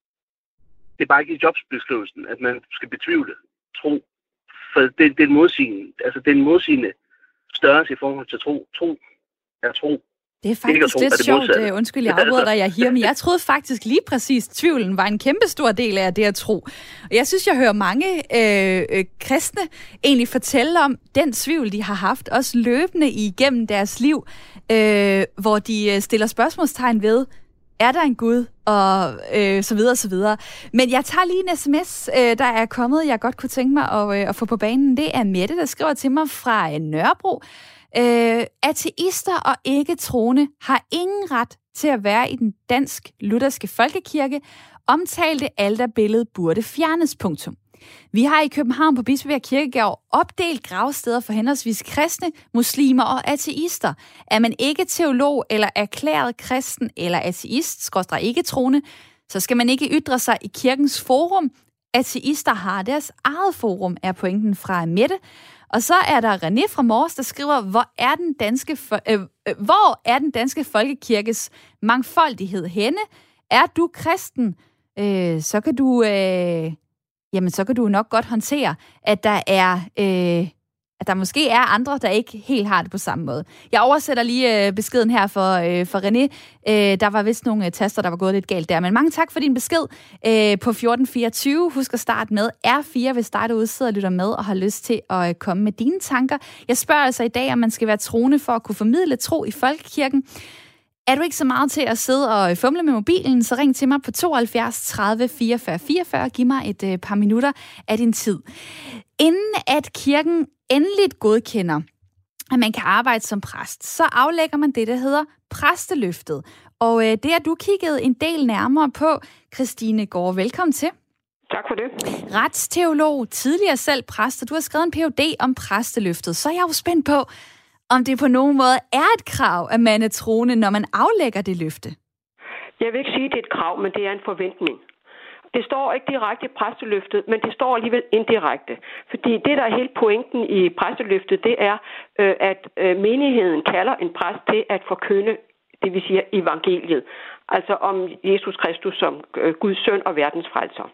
C: det er bare ikke i jobsbeskrivelsen, at man skal betvivle tro. For det, det er en modsigende, altså det er en modsigende størrelse i forhold til tro. Tro er tro.
A: Det er faktisk tro, lidt er sjovt. Modsatte. Undskyld, jeg afbryder dig, jeg higer, men jeg troede faktisk lige præcis, tvivlen var en kæmpe stor del af det at tro. Og jeg synes, jeg hører mange øh, øh, kristne egentlig fortælle om den tvivl, de har haft, også løbende igennem deres liv, øh, hvor de stiller spørgsmålstegn ved, er der en Gud, og øh, så videre, så videre. Men jeg tager lige en sms, øh, der er kommet, jeg godt kunne tænke mig at, øh, at få på banen. Det er Mette, der skriver til mig fra øh, Nørrebro. Øh, ateister og ikke-troende har ingen ret til at være i den dansk-lutherske folkekirke. Omtalte alterbillede burde fjernes, punktum. Vi har i København på Bispebjerg Kirkegård opdelt gravsteder for henholdsvis kristne, muslimer og ateister. Er man ikke teolog eller erklæret kristen eller ateist, skråstreg ikke-troende, så skal man ikke ytre sig i kirkens forum. Ateister har deres eget forum, er pointen fra Mette. Og så er der René fra Mors, der skriver, hvor er den danske, øh, øh, hvor er den danske folkekirkes mangfoldighed henne? Er du kristen, øh, så kan du, øh, jamen så kan du nok godt håndtere, at der er, øh, at der måske er andre, der ikke helt har det på samme måde. Jeg oversætter lige øh, beskeden her for, øh, for René. Øh, der var vist nogle øh, taster, der var gået lidt galt der, men mange tak for din besked øh, på fjorten fireogtyve. Husk at starte med R fire, hvis dig derude sidder og lytter med og har lyst til at øh, komme med dine tanker. Jeg spørger altså i dag, om man skal være troende for at kunne formidle tro i folkekirken. Er du ikke så meget til at sidde og fumle med mobilen, så ring til mig på tooghalvfjerds tredive fireogfyrre fireogfyrre og giv mig et øh, par minutter af din tid. Inden at kirken endeligt godkender, at man kan arbejde som præst, så aflægger man det, der hedder præsteløftet. Og øh, det har du kigget en del nærmere på. Christine Gård, velkommen til.
G: Tak for det.
A: Retsteolog, tidligere selv præst, og du har skrevet en P H D om præsteløftet. Så er jeg jo spændt på, om det på nogen måde er et krav, at man er troende, når man aflægger det løfte.
G: Jeg vil ikke sige, at det er et krav, men det er en forventning. Det står ikke direkte i præsteløftet, men det står alligevel indirekte. Fordi det, der er hele pointen i præsteløftet, det er, at menigheden kalder en præst til at forkynde, det vil sige evangeliet. Altså om Jesus Kristus som Guds søn og verdens frelser.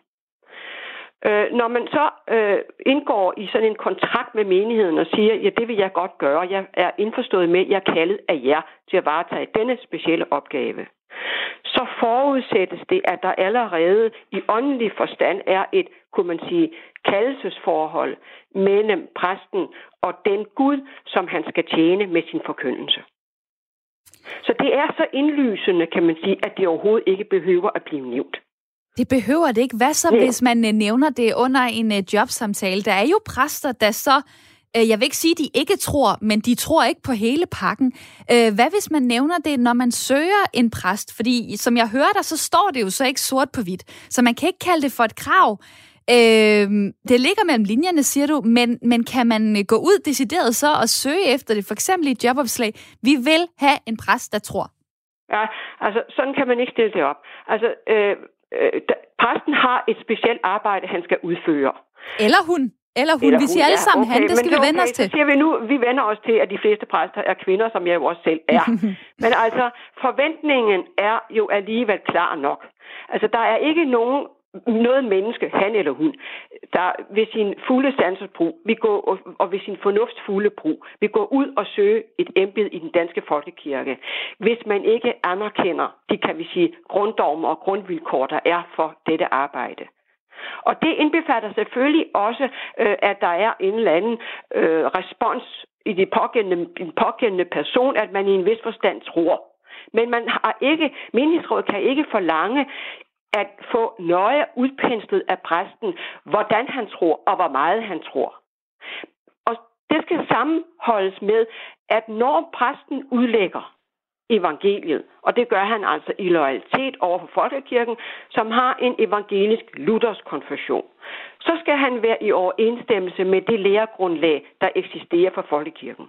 G: Når man så indgår i sådan en kontrakt med menigheden og siger, ja, det vil jeg godt gøre, jeg er indforstået med, jeg er kaldet af jer til at varetage denne specielle opgave, så forudsættes det, at der allerede i åndelig forstand er et, kunne man sige, kaldelsesforhold mellem præsten og den Gud, som han skal tjene med sin forkyndelse. Så det er så indlysende, kan man sige, at det overhovedet ikke behøver at blive nævnt.
A: Det behøver det ikke. Hvad så, ja. Hvis man nævner det under en jobsamtale? Der er jo præster, der så, jeg vil ikke sige, de ikke tror, men de tror ikke på hele pakken. Hvad hvis man nævner det, når man søger en præst? Fordi som jeg hører dig, så står det jo så ikke sort på hvidt. Så man kan ikke kalde det for et krav. Det ligger mellem linjerne, siger du, men, men kan man gå ud decideret så og søge efter det? For eksempel i et jobopslag. Vi vil have en præst, der tror.
G: Ja, altså sådan kan man ikke stille det op. Altså, øh, øh, præsten har et specielt arbejde, han skal udføre.
A: Eller hun. Eller hun. Eller vi siger hun, alle sammen ja, okay, han, det skal vi okay, vende os til.
G: Så siger vi nu, vi vender os til, at de fleste præster er kvinder, som jeg jo også selv er. Men altså, forventningen er jo alligevel klar nok. Altså, der er ikke nogen noget menneske, han eller hun, der ved sin fulde sansesbrug, vi går og, og ved sin fornuftsfulde brug, vi går ud og søge et embede i den danske folkekirke, hvis man ikke anerkender de, kan vi sige, grunddogmer og grundvilkår, der er for dette arbejde. Og det indbefatter selvfølgelig også, øh, at der er en eller anden øh, respons i de pågældende, den pågældende person, at man i en vis forstand tror. Men man har ikke, menighedsrådet kan ikke forlange at få nøje udpenslet af præsten, hvordan han tror og hvor meget han tror. Og det skal sammenholdes med, at når præsten udlægger evangeliet, og det gør han altså i loyalitet over for folkekirken, som har en evangelisk luthersk konfession, så skal han være i overensstemmelse med det læregrundlag, der eksisterer for folkekirken.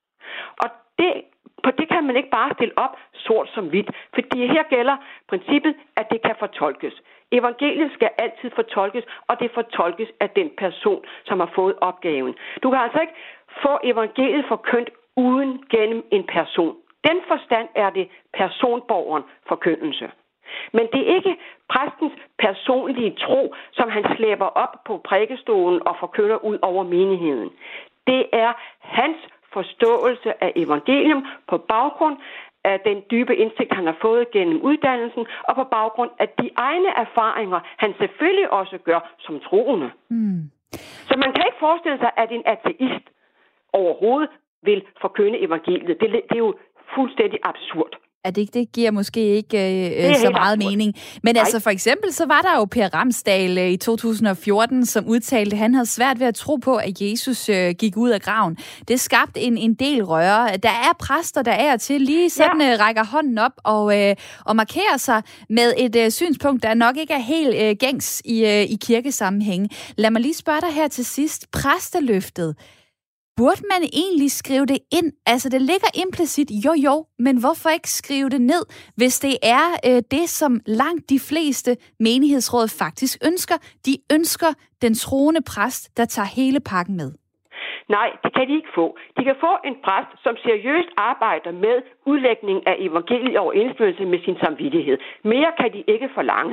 G: Og det, på det kan man ikke bare stille op sort som hvidt, fordi her gælder princippet, at det kan fortolkes. Evangeliet skal altid fortolkes, og det fortolkes af den person, som har fået opgaven. Du kan altså ikke få evangeliet forkyndt uden gennem en person. Den forstand er det personborgeren forkyndelse. Men det er ikke præstens personlige tro, som han slæber op på prædikestolen og forkynder ud over menigheden. Det er hans forståelse af evangelium på baggrund af den dybe indsigt, han har fået gennem uddannelsen, og på baggrund af de egne erfaringer, han selvfølgelig også gør som troende. Mm. Så man kan ikke forestille sig, at en ateist overhovedet vil forkynde evangeliet. Det, det er jo fuldstændig absurd.
A: At det, det giver måske ikke øh, så meget absurd. mening. Men Nej. altså for eksempel, så var der jo Per Ramsdal øh, i to tusind og fjorten, som udtalte, at han havde svært ved at tro på, at Jesus øh, gik ud af graven. Det skabte en, en del røre. Der er præster, der er til lige sådan ja. øh, rækker hånden op og, øh, og markerer sig med et øh, synspunkt, der nok ikke er helt øh, gængs i, øh, i kirkesammenhæng. Lad mig lige spørge dig her til sidst. Præsteløftet. Burde man egentlig skrive det ind? Altså, det ligger implicit, jo jo, men hvorfor ikke skrive det ned, hvis det er øh, det, som langt de fleste menighedsråd faktisk ønsker? De ønsker den troende præst, der tager hele pakken med.
G: Nej, det kan de ikke få. De kan få en præst, som seriøst arbejder med udlægning af evangeliet og overensstemmelse med sin samvittighed. Mere kan de ikke forlange.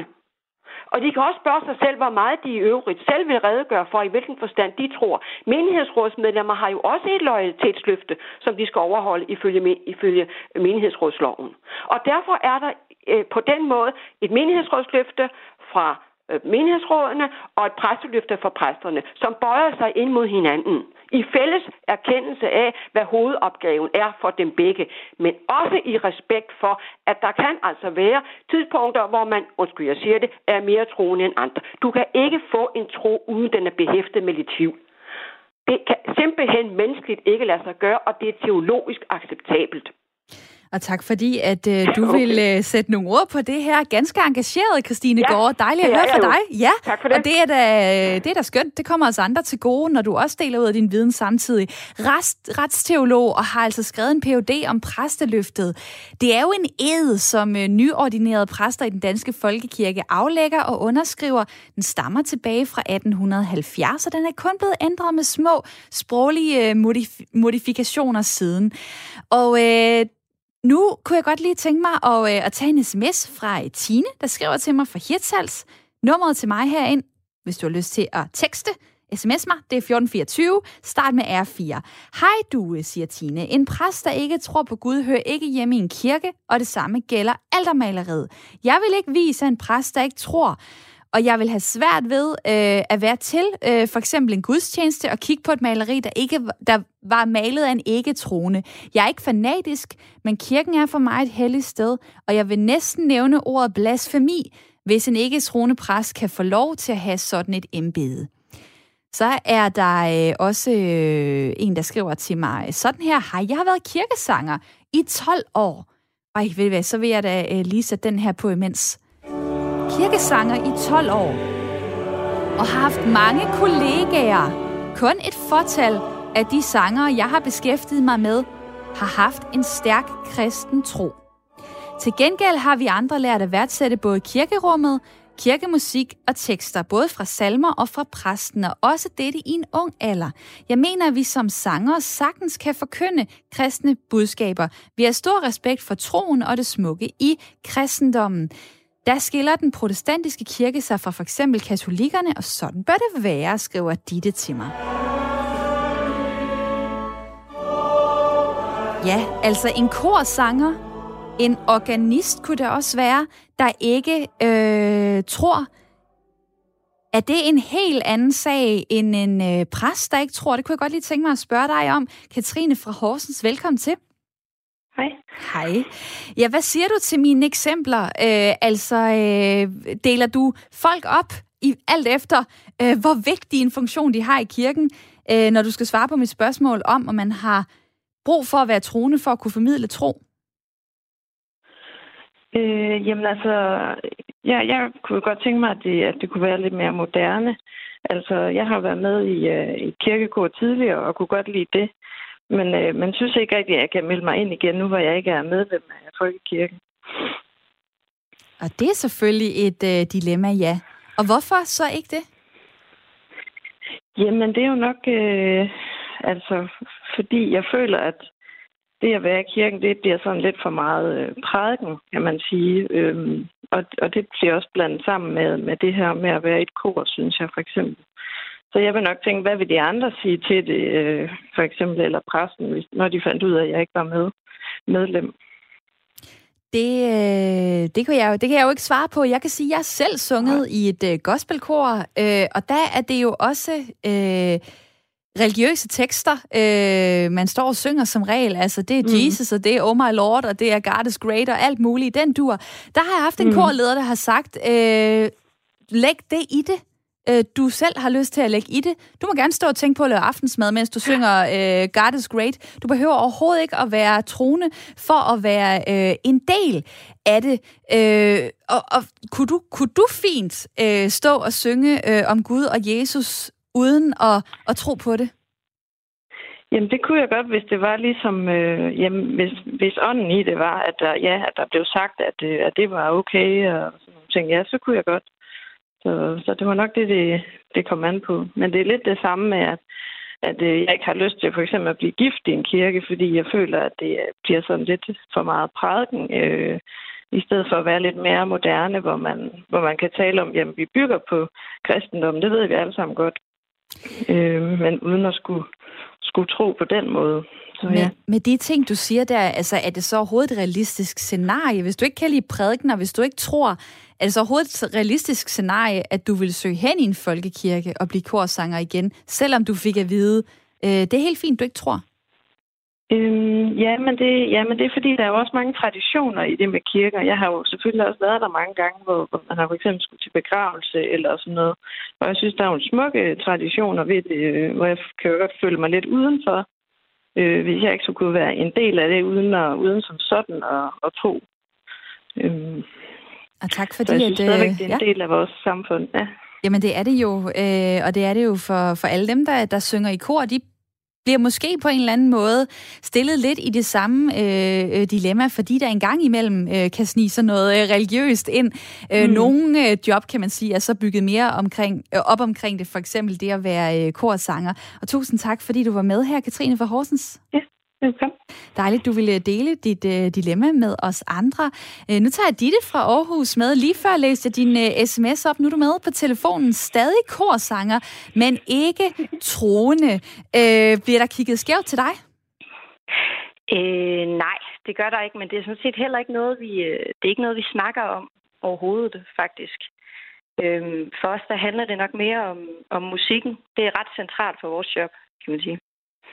G: Og de kan også spørge sig selv, hvor meget de i øvrigt selv vil redegøre for, i hvilken forstand de tror. Menighedsrådsmedlemmer har jo også et loyalitetsløfte, som de skal overholde ifølge, ifølge menighedsrådsloven. Og derfor er der øh, på den måde et menighedsrådsløfte fra øh, menighedsrådene og et præsteløfte fra præsterne, som bøjer sig ind mod hinanden i fælles erkendelse af, hvad hovedopgaven er for dem begge, men også i respekt for, at der kan altså være tidspunkter, hvor man, undskyld jeg siger det, er mere troende end andre. Du kan ikke få en tro, uden den er behæftet med lidt tvivl. Det kan simpelthen menneskeligt ikke lade sig gøre, og det er teologisk acceptabelt.
A: Og tak fordi, at øh, du okay. vil øh, sætte nogle ord på det her. Ganske engageret, Christine ja, Gård. Dejligt at høre fra dig. Ja,
G: tak for det.
A: Og det er, da, det er da skønt. Det kommer os andre til gode, når du også deler ud af din viden samtidig. Rest, retsteolog og har altså skrevet en P H D om præsteløftet. Det er jo en ed, som øh, nyordineret præster i den danske folkekirke aflægger og underskriver. Den stammer tilbage fra atten halvfjerds, og den er kun blevet ændret med små sproglige øh, modif- modifikationer siden. Og øh, nu kunne jeg godt lige tænke mig at, øh, at tage en sms fra Tine, der skriver til mig fra Hirtshals. Nummeret til mig herind, hvis du har lyst til at tekste, sms mig, det er fjorten fireogtyve, start med R fire. Hej du, siger Tine. En præst, der ikke tror på Gud, hører ikke hjemme i en kirke, og det samme gælder altermaleriet. Jeg vil ikke vise en præst, der ikke tror, og jeg vil have svært ved øh, at være til øh, for eksempel en gudstjeneste og kigge på et maleri, der ikke der var malet af en ikke-troende. Jeg er ikke fanatisk, men kirken er for mig et helligt sted, og jeg vil næsten nævne ordet blasfemi, hvis en ikke-troende præst kan få lov til at have sådan et embede. Så er der øh, også øh, en, der skriver til mig, sådan her, hej, jeg har været kirkesanger i tolv år. Ej, ved du hvad, så vil jeg da øh, lige sætte den her på imens. Kirkesanger i tolv år. Og har haft mange kollegaer. Kun et fortal af de sangere, jeg har beskæftiget mig med, har haft en stærk kristen tro. Til gengæld har vi andre lært at værdsætte både kirkerummet, kirkemusik og tekster, både fra salmer og fra præsten, og også dette i en ung alder. Jeg mener, at vi som sangere sagtens kan forkynde kristne budskaber. Vi har stor respekt for troen og det smukke i kristendommen. Der skiller den protestantiske kirke sig fra for eksempel katolikkerne, og sådan bør det være, skriver Ditte til mig. Ja, altså en korsanger, en organist kunne det også være, der ikke øh, tror, at det er en helt anden sag end en øh, præst, der ikke tror. Det kunne jeg godt lige tænke mig at spørge dig om. Katrine fra Horsens, velkommen til.
H: Hej.
A: Hej. Ja, hvad siger du til mine eksempler? Øh, altså, øh, deler du folk op i alt efter, øh, hvor vigtig en funktion de har i kirken, øh, når du skal svare på mit spørgsmål om, om man har brug for at være troende for at kunne formidle tro?
H: Øh, jamen altså, ja, jeg kunne godt tænke mig, at det, at det kunne være lidt mere moderne. Altså, jeg har været med i, uh, i kirkekor tidligere og kunne godt lide det. Men øh, man synes ikke rigtigt, at jeg kan melde mig ind igen, nu hvor jeg ikke er medlem af Folkekirken.
A: Og det er selvfølgelig et øh, dilemma, ja. Og hvorfor så ikke det?
H: Jamen, det er jo nok, øh, altså, fordi jeg føler, at det at være i kirken, det bliver sådan lidt for meget øh, prædiken, kan man sige. Øhm, og, og det bliver også blandet sammen med, med det her med at være i et kor, synes jeg for eksempel. Så jeg vil nok tænke, hvad vil de andre sige til det, øh, for eksempel, eller præsten, når de fandt ud af, at jeg ikke var med medlem?
A: Det, øh, det, kan jeg jo, det kan jeg jo ikke svare på. Jeg kan sige, at jeg har selv sunget ja. i et øh, gospelkor, øh, og der er det jo også øh, religiøse tekster, øh, man står og synger som regel. Altså, det er mm. Jesus, og det er Oh My Lord, og det er God is Great, og alt muligt. Den dur. Der har jeg haft en mm. korleder, der har sagt, øh, læg det i det, du selv har lyst til at lægge i det. Du må gerne stå og tænke på at lave aftensmad, mens du synger øh, God is Great. Du behøver overhovedet ikke at være troende for at være øh, en del af det. Øh, og og kunne, du, kunne du fint øh, stå og synge øh, om Gud og Jesus uden at, at tro på det?
H: Jamen, det kunne jeg godt, hvis det var ligesom, øh, jamen, hvis, hvis ånden i det var, at der, ja, at der blev sagt, at, at det var okay, og sådan nogle ting. Ja, så kunne jeg godt. Så, så det var nok det, det, det kom an på. Men det er lidt det samme med, at, at jeg ikke har lyst til for eksempel at blive gift i en kirke, fordi jeg føler, at det bliver sådan lidt for meget prædiken, øh, i stedet for at være lidt mere moderne, hvor man, hvor man kan tale om, jamen vi bygger på kristendom, det ved vi alle sammen godt. Øh, men uden at skulle, skulle tro på den måde. Så, ja.
A: med, med de ting, du siger der, altså er det så overhovedet et realistisk scenarie? Hvis du ikke kan lide prædikener, hvis du ikke tror, er det så overhovedet et realistisk scenarie, at du vil søge hen i en folkekirke og blive korsanger igen, selvom du fik at vide, øh, det er helt fint, du ikke tror?
H: Øhm, ja, men det, ja, men det er fordi, der er jo også mange traditioner i det med kirker. Jeg har jo selvfølgelig også været der mange gange, hvor, hvor man har for eksempel skulle til begravelse eller sådan noget. Og jeg synes, der er jo smukke traditioner ved det, øh, hvor jeg kan jo godt føle mig lidt udenfor, øh, hvis jeg ikke så kunne være en del af det, uden, at, uden som sådan at, at tro. Øhm,
A: og tak fordi,
H: så jeg synes
A: at,
H: stadigvæk, det er en
A: ja.
H: del af vores samfund. Ja. Jamen,
A: det er det jo, øh, og det er det jo for, for alle dem, der, der synger i kor. De bliver måske på en eller anden måde stillet lidt i det samme øh, dilemma, fordi der engang imellem øh, kan snige sådan noget øh, religiøst ind. Øh, mm. Nogle øh, job, kan man sige, er så bygget mere omkring, øh, op omkring det, for eksempel det at være øh, korsanger. Og tusind tak, fordi du var med her, Katrine fra Horsens.
H: Ja. Velkommen.
A: Dejligt, du ville dele dit uh, dilemma med os andre. Uh, nu tager jeg Ditte fra Aarhus med. Lige før læste jeg din uh, sms op. Nu er du med på telefonen. Stadig korsanger, men ikke troende. Uh, bliver der kigget skævt til dig?
I: Øh, nej, det gør der ikke, men det er sådan set heller ikke noget, vi, det er ikke noget, vi snakker om overhovedet, faktisk.
H: Øhm, for os, der handler det nok mere om, om musikken. Det er ret centralt for vores job, kan man sige.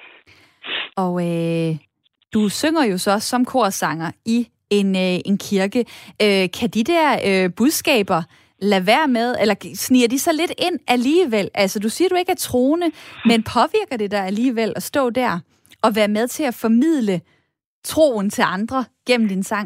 A: Og øh, du synger jo så også som korsanger i en, øh, en kirke. Øh, kan de der øh, budskaber lade være med, eller sniger de så lidt ind alligevel? Altså, du siger, du ikke er troende, men påvirker det dig alligevel at stå der og være med til at formidle troen til andre gennem din sang?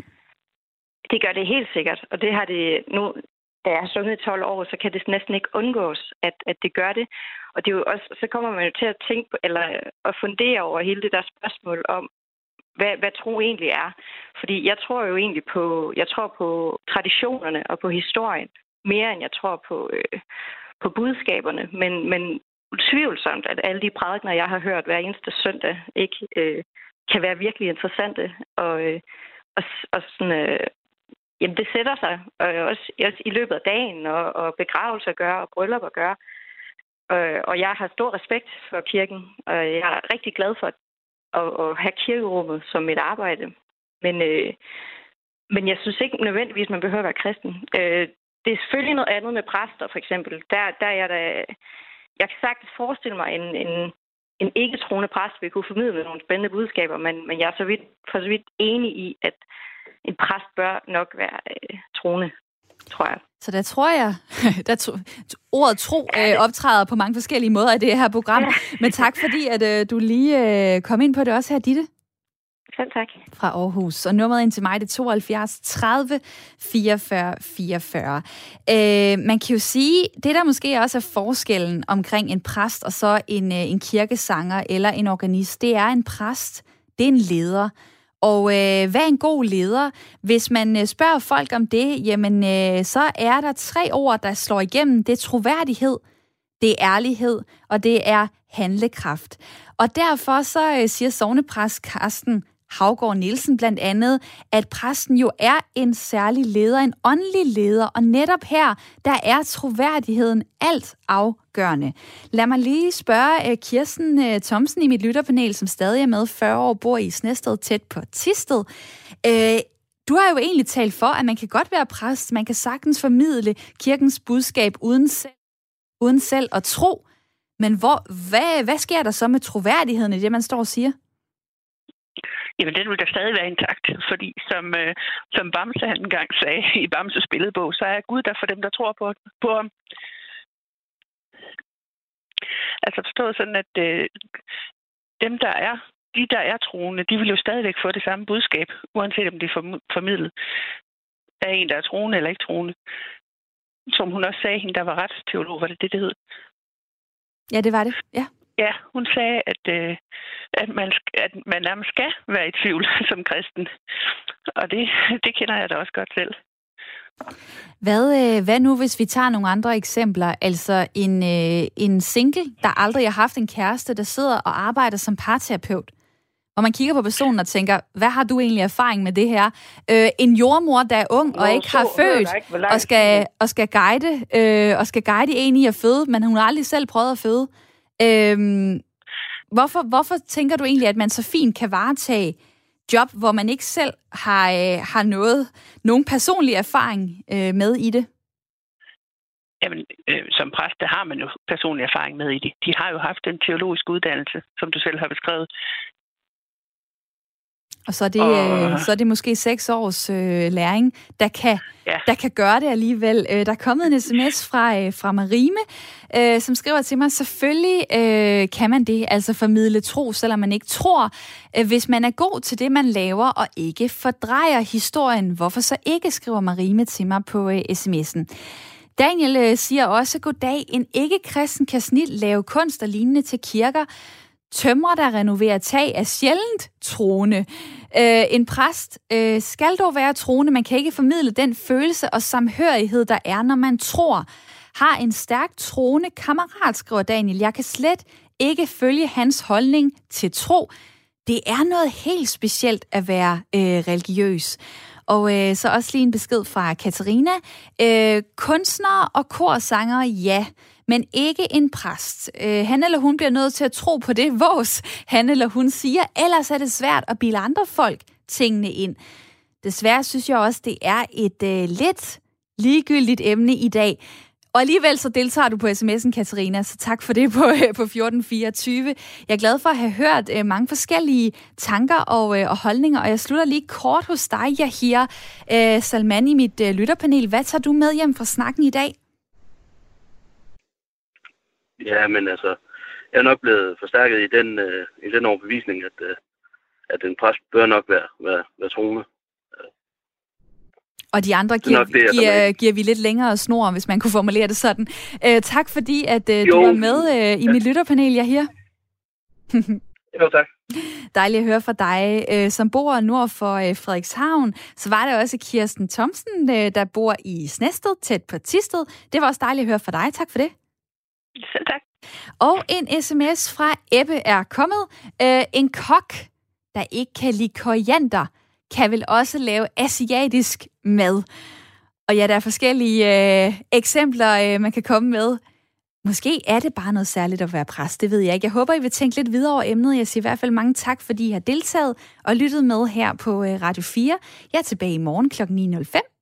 H: Det gør det helt sikkert, og det har det nu, da jeg har sunget i tolv år, så kan det næsten ikke undgås, at, at det gør det. Og det er jo også, så kommer man jo til at tænke på, eller at fundere over hele det der spørgsmål om, hvad, hvad tro egentlig er. Fordi jeg tror jo egentlig på, jeg tror på traditionerne og på historien, mere end jeg tror på, øh, på budskaberne. Men, men utvivlsomt, at alle de prædikener, jeg har hørt hver eneste søndag, ikke øh, kan være virkelig interessante. Og, øh, og, og sådan, øh, jamen det sætter sig og også, også i løbet af dagen, og, og begravelser gør, og bryllupper gør. Og, og jeg har stor respekt for kirken, og jeg er rigtig glad for at, at, at have kirkerummet som mit arbejde. Men, øh, men jeg synes ikke nødvendigvis, man behøver at være kristen. Øh, det er selvfølgelig noget andet med præster, for eksempel. Der, der er der, jeg kan sagtens forestille mig, en, en, en ikke-troende præst vil kunne formidle nogle spændende budskaber, men, men jeg er så vidt, for så vidt enig i, at en præst bør nok være øh, troende, tror jeg.
A: Så der tror jeg, der tro, ordet tro øh, optræder på mange forskellige måder i det her program. Ja. Men tak fordi, at øh, du lige øh, kom ind på det også her, Ditte.
H: Selv tak.
A: Fra Aarhus. Og nummeret ind til mig, det er tooghalvfjerds tredive fireogfyrre fireogfyrre. Øh, man kan jo sige, det der måske også er forskellen omkring en præst og så en, øh, en kirkesanger eller en organist, det er en præst, det er en leder. Og øh, hvad er en god leder? Hvis man øh, spørger folk om det, jamen øh, så er der tre ord, der slår igennem. Det er troværdighed, det er ærlighed, og det er handlekraft. Og derfor så øh, siger sognepræst Karsten Haugaard Nielsen blandt andet, at præsten jo er en særlig leder, en åndelig leder, og netop her, der er troværdigheden alt afgørende. Lad mig lige spørge uh, Kirsten uh, Thomsen i mit lytterpanel, som stadig er med, fyrre år, bor i Snested, tæt på Thisted. Uh, du har jo egentlig talt for, at man kan godt være præst, man kan sagtens formidle kirkens budskab uden selv, uden selv at tro, men hvor, hvad, hvad sker der så med troværdigheden i det, man står og siger?
B: Jamen, den vil da stadig være intakt, fordi som, øh, som Bamse han engang sagde i Bamses billedbog, så er Gud der for dem, der tror på, på ham. Altså forstået sådan, at øh, dem, der er, de, der er troende, de vil jo stadigvæk få det samme budskab, uanset om det er formidlet af en, der er troende eller ikke troende. Som hun også sagde, hende, der var retsteolog, var det det, det hed?
A: Ja, det var det, ja.
B: Ja, hun sagde, at, øh, at, man, at man nærmest skal være i tvivl som kristen. Og det, det kender jeg da også godt selv.
A: Hvad, øh, hvad nu, hvis vi tager nogle andre eksempler? Altså en, øh, en single, der aldrig har haft en kæreste, der sidder og arbejder som parterapeut. Og man kigger på personen og tænker, hvad har du egentlig erfaring med det her? Øh, en jordmor, der er ung Nå, og ikke har født, ikke, og, skal, og, skal guide, øh, og skal guide en i at føde, men hun har aldrig selv prøvet at føde. Øhm, hvorfor, hvorfor tænker du egentlig, at man så fint kan varetage job, hvor man ikke selv har, øh, har noget, nogen personlig erfaring øh, med i det?
B: Jamen, øh, som præst, der har man jo personlig erfaring med i det. De har jo haft en teologisk uddannelse, som du selv har beskrevet.
A: Og så er det, og... øh, så er det måske seks års øh, læring, der kan, ja. der kan gøre det alligevel. Øh, der er kommet en sms fra, øh, fra Marime, øh, som skriver til mig, selvfølgelig øh, kan man det, altså formidle tro, selvom man ikke tror. Øh, hvis man er god til det, man laver, og ikke fordrejer historien, hvorfor så ikke, skriver Marime til mig på øh, sms'en. Daniel øh, siger også, goddag, en ikke-kristen kan snit lave kunst og lignende til kirker. Tømrer, der renoverer tag, er sjældent troende. Øh, en præst øh, skal dog være troende. Man kan ikke formidle den følelse og samhørighed, der er, når man tror. Har en stærk troende kammerat, skriver Daniel. Jeg kan slet ikke følge hans holdning til tro. Det er noget helt specielt at være øh, religiøs. Og øh, så også lige en besked fra Katarina. Øh, kunstnere og korsangere, ja, men ikke en præst. Øh, han eller hun bliver nødt til at tro på det, vås han eller hun siger. Ellers er det svært at bilde andre folk tingene ind. Desværre synes jeg også, det er et øh, lidt ligegyldigt emne i dag. Og alligevel så deltager du på sms'en, Katarina, så tak for det på, på fjorten fireogtyve. Jeg er glad for at have hørt uh, mange forskellige tanker og, uh, og holdninger, og jeg slutter lige kort hos dig, Yahir uh, Salman i mit uh, lytterpanel. Hvad tager du med hjem fra snakken i dag?
C: Ja, men altså, jeg er nok blevet forstærket i den, uh, i den overbevisning, at, uh, at en præst bør nok være, være, være troende.
A: Og de andre giver,
C: nok, det,
A: giver, giver vi lidt længere snor, hvis man kunne formulere det sådan. Uh, tak fordi, at uh, du var med uh, i ja. mit lytterpanel, Yahir.
C: Jo, tak.
A: Dejligt at høre fra dig. Uh, som bor nord for uh, Frederikshavn, så var der også Kirsten Thomsen, uh, der bor i Snested, tæt på Thisted. Det var også dejligt at høre fra dig. Tak for det.
B: Selv tak.
A: Og en sms fra Ebbe er kommet. Uh, en kok, der ikke kan lide koriander, kan vel også lave asiatisk mad. Og ja, der er forskellige øh, eksempler, øh, man kan komme med. Måske er det bare noget særligt at være præst, det ved jeg ikke. Jeg håber, I vil tænke lidt videre over emnet. Jeg siger i hvert fald mange tak, fordi I har deltaget og lyttet med her på øh, Radio fire. Jeg er tilbage i morgen klokken ni nul fem.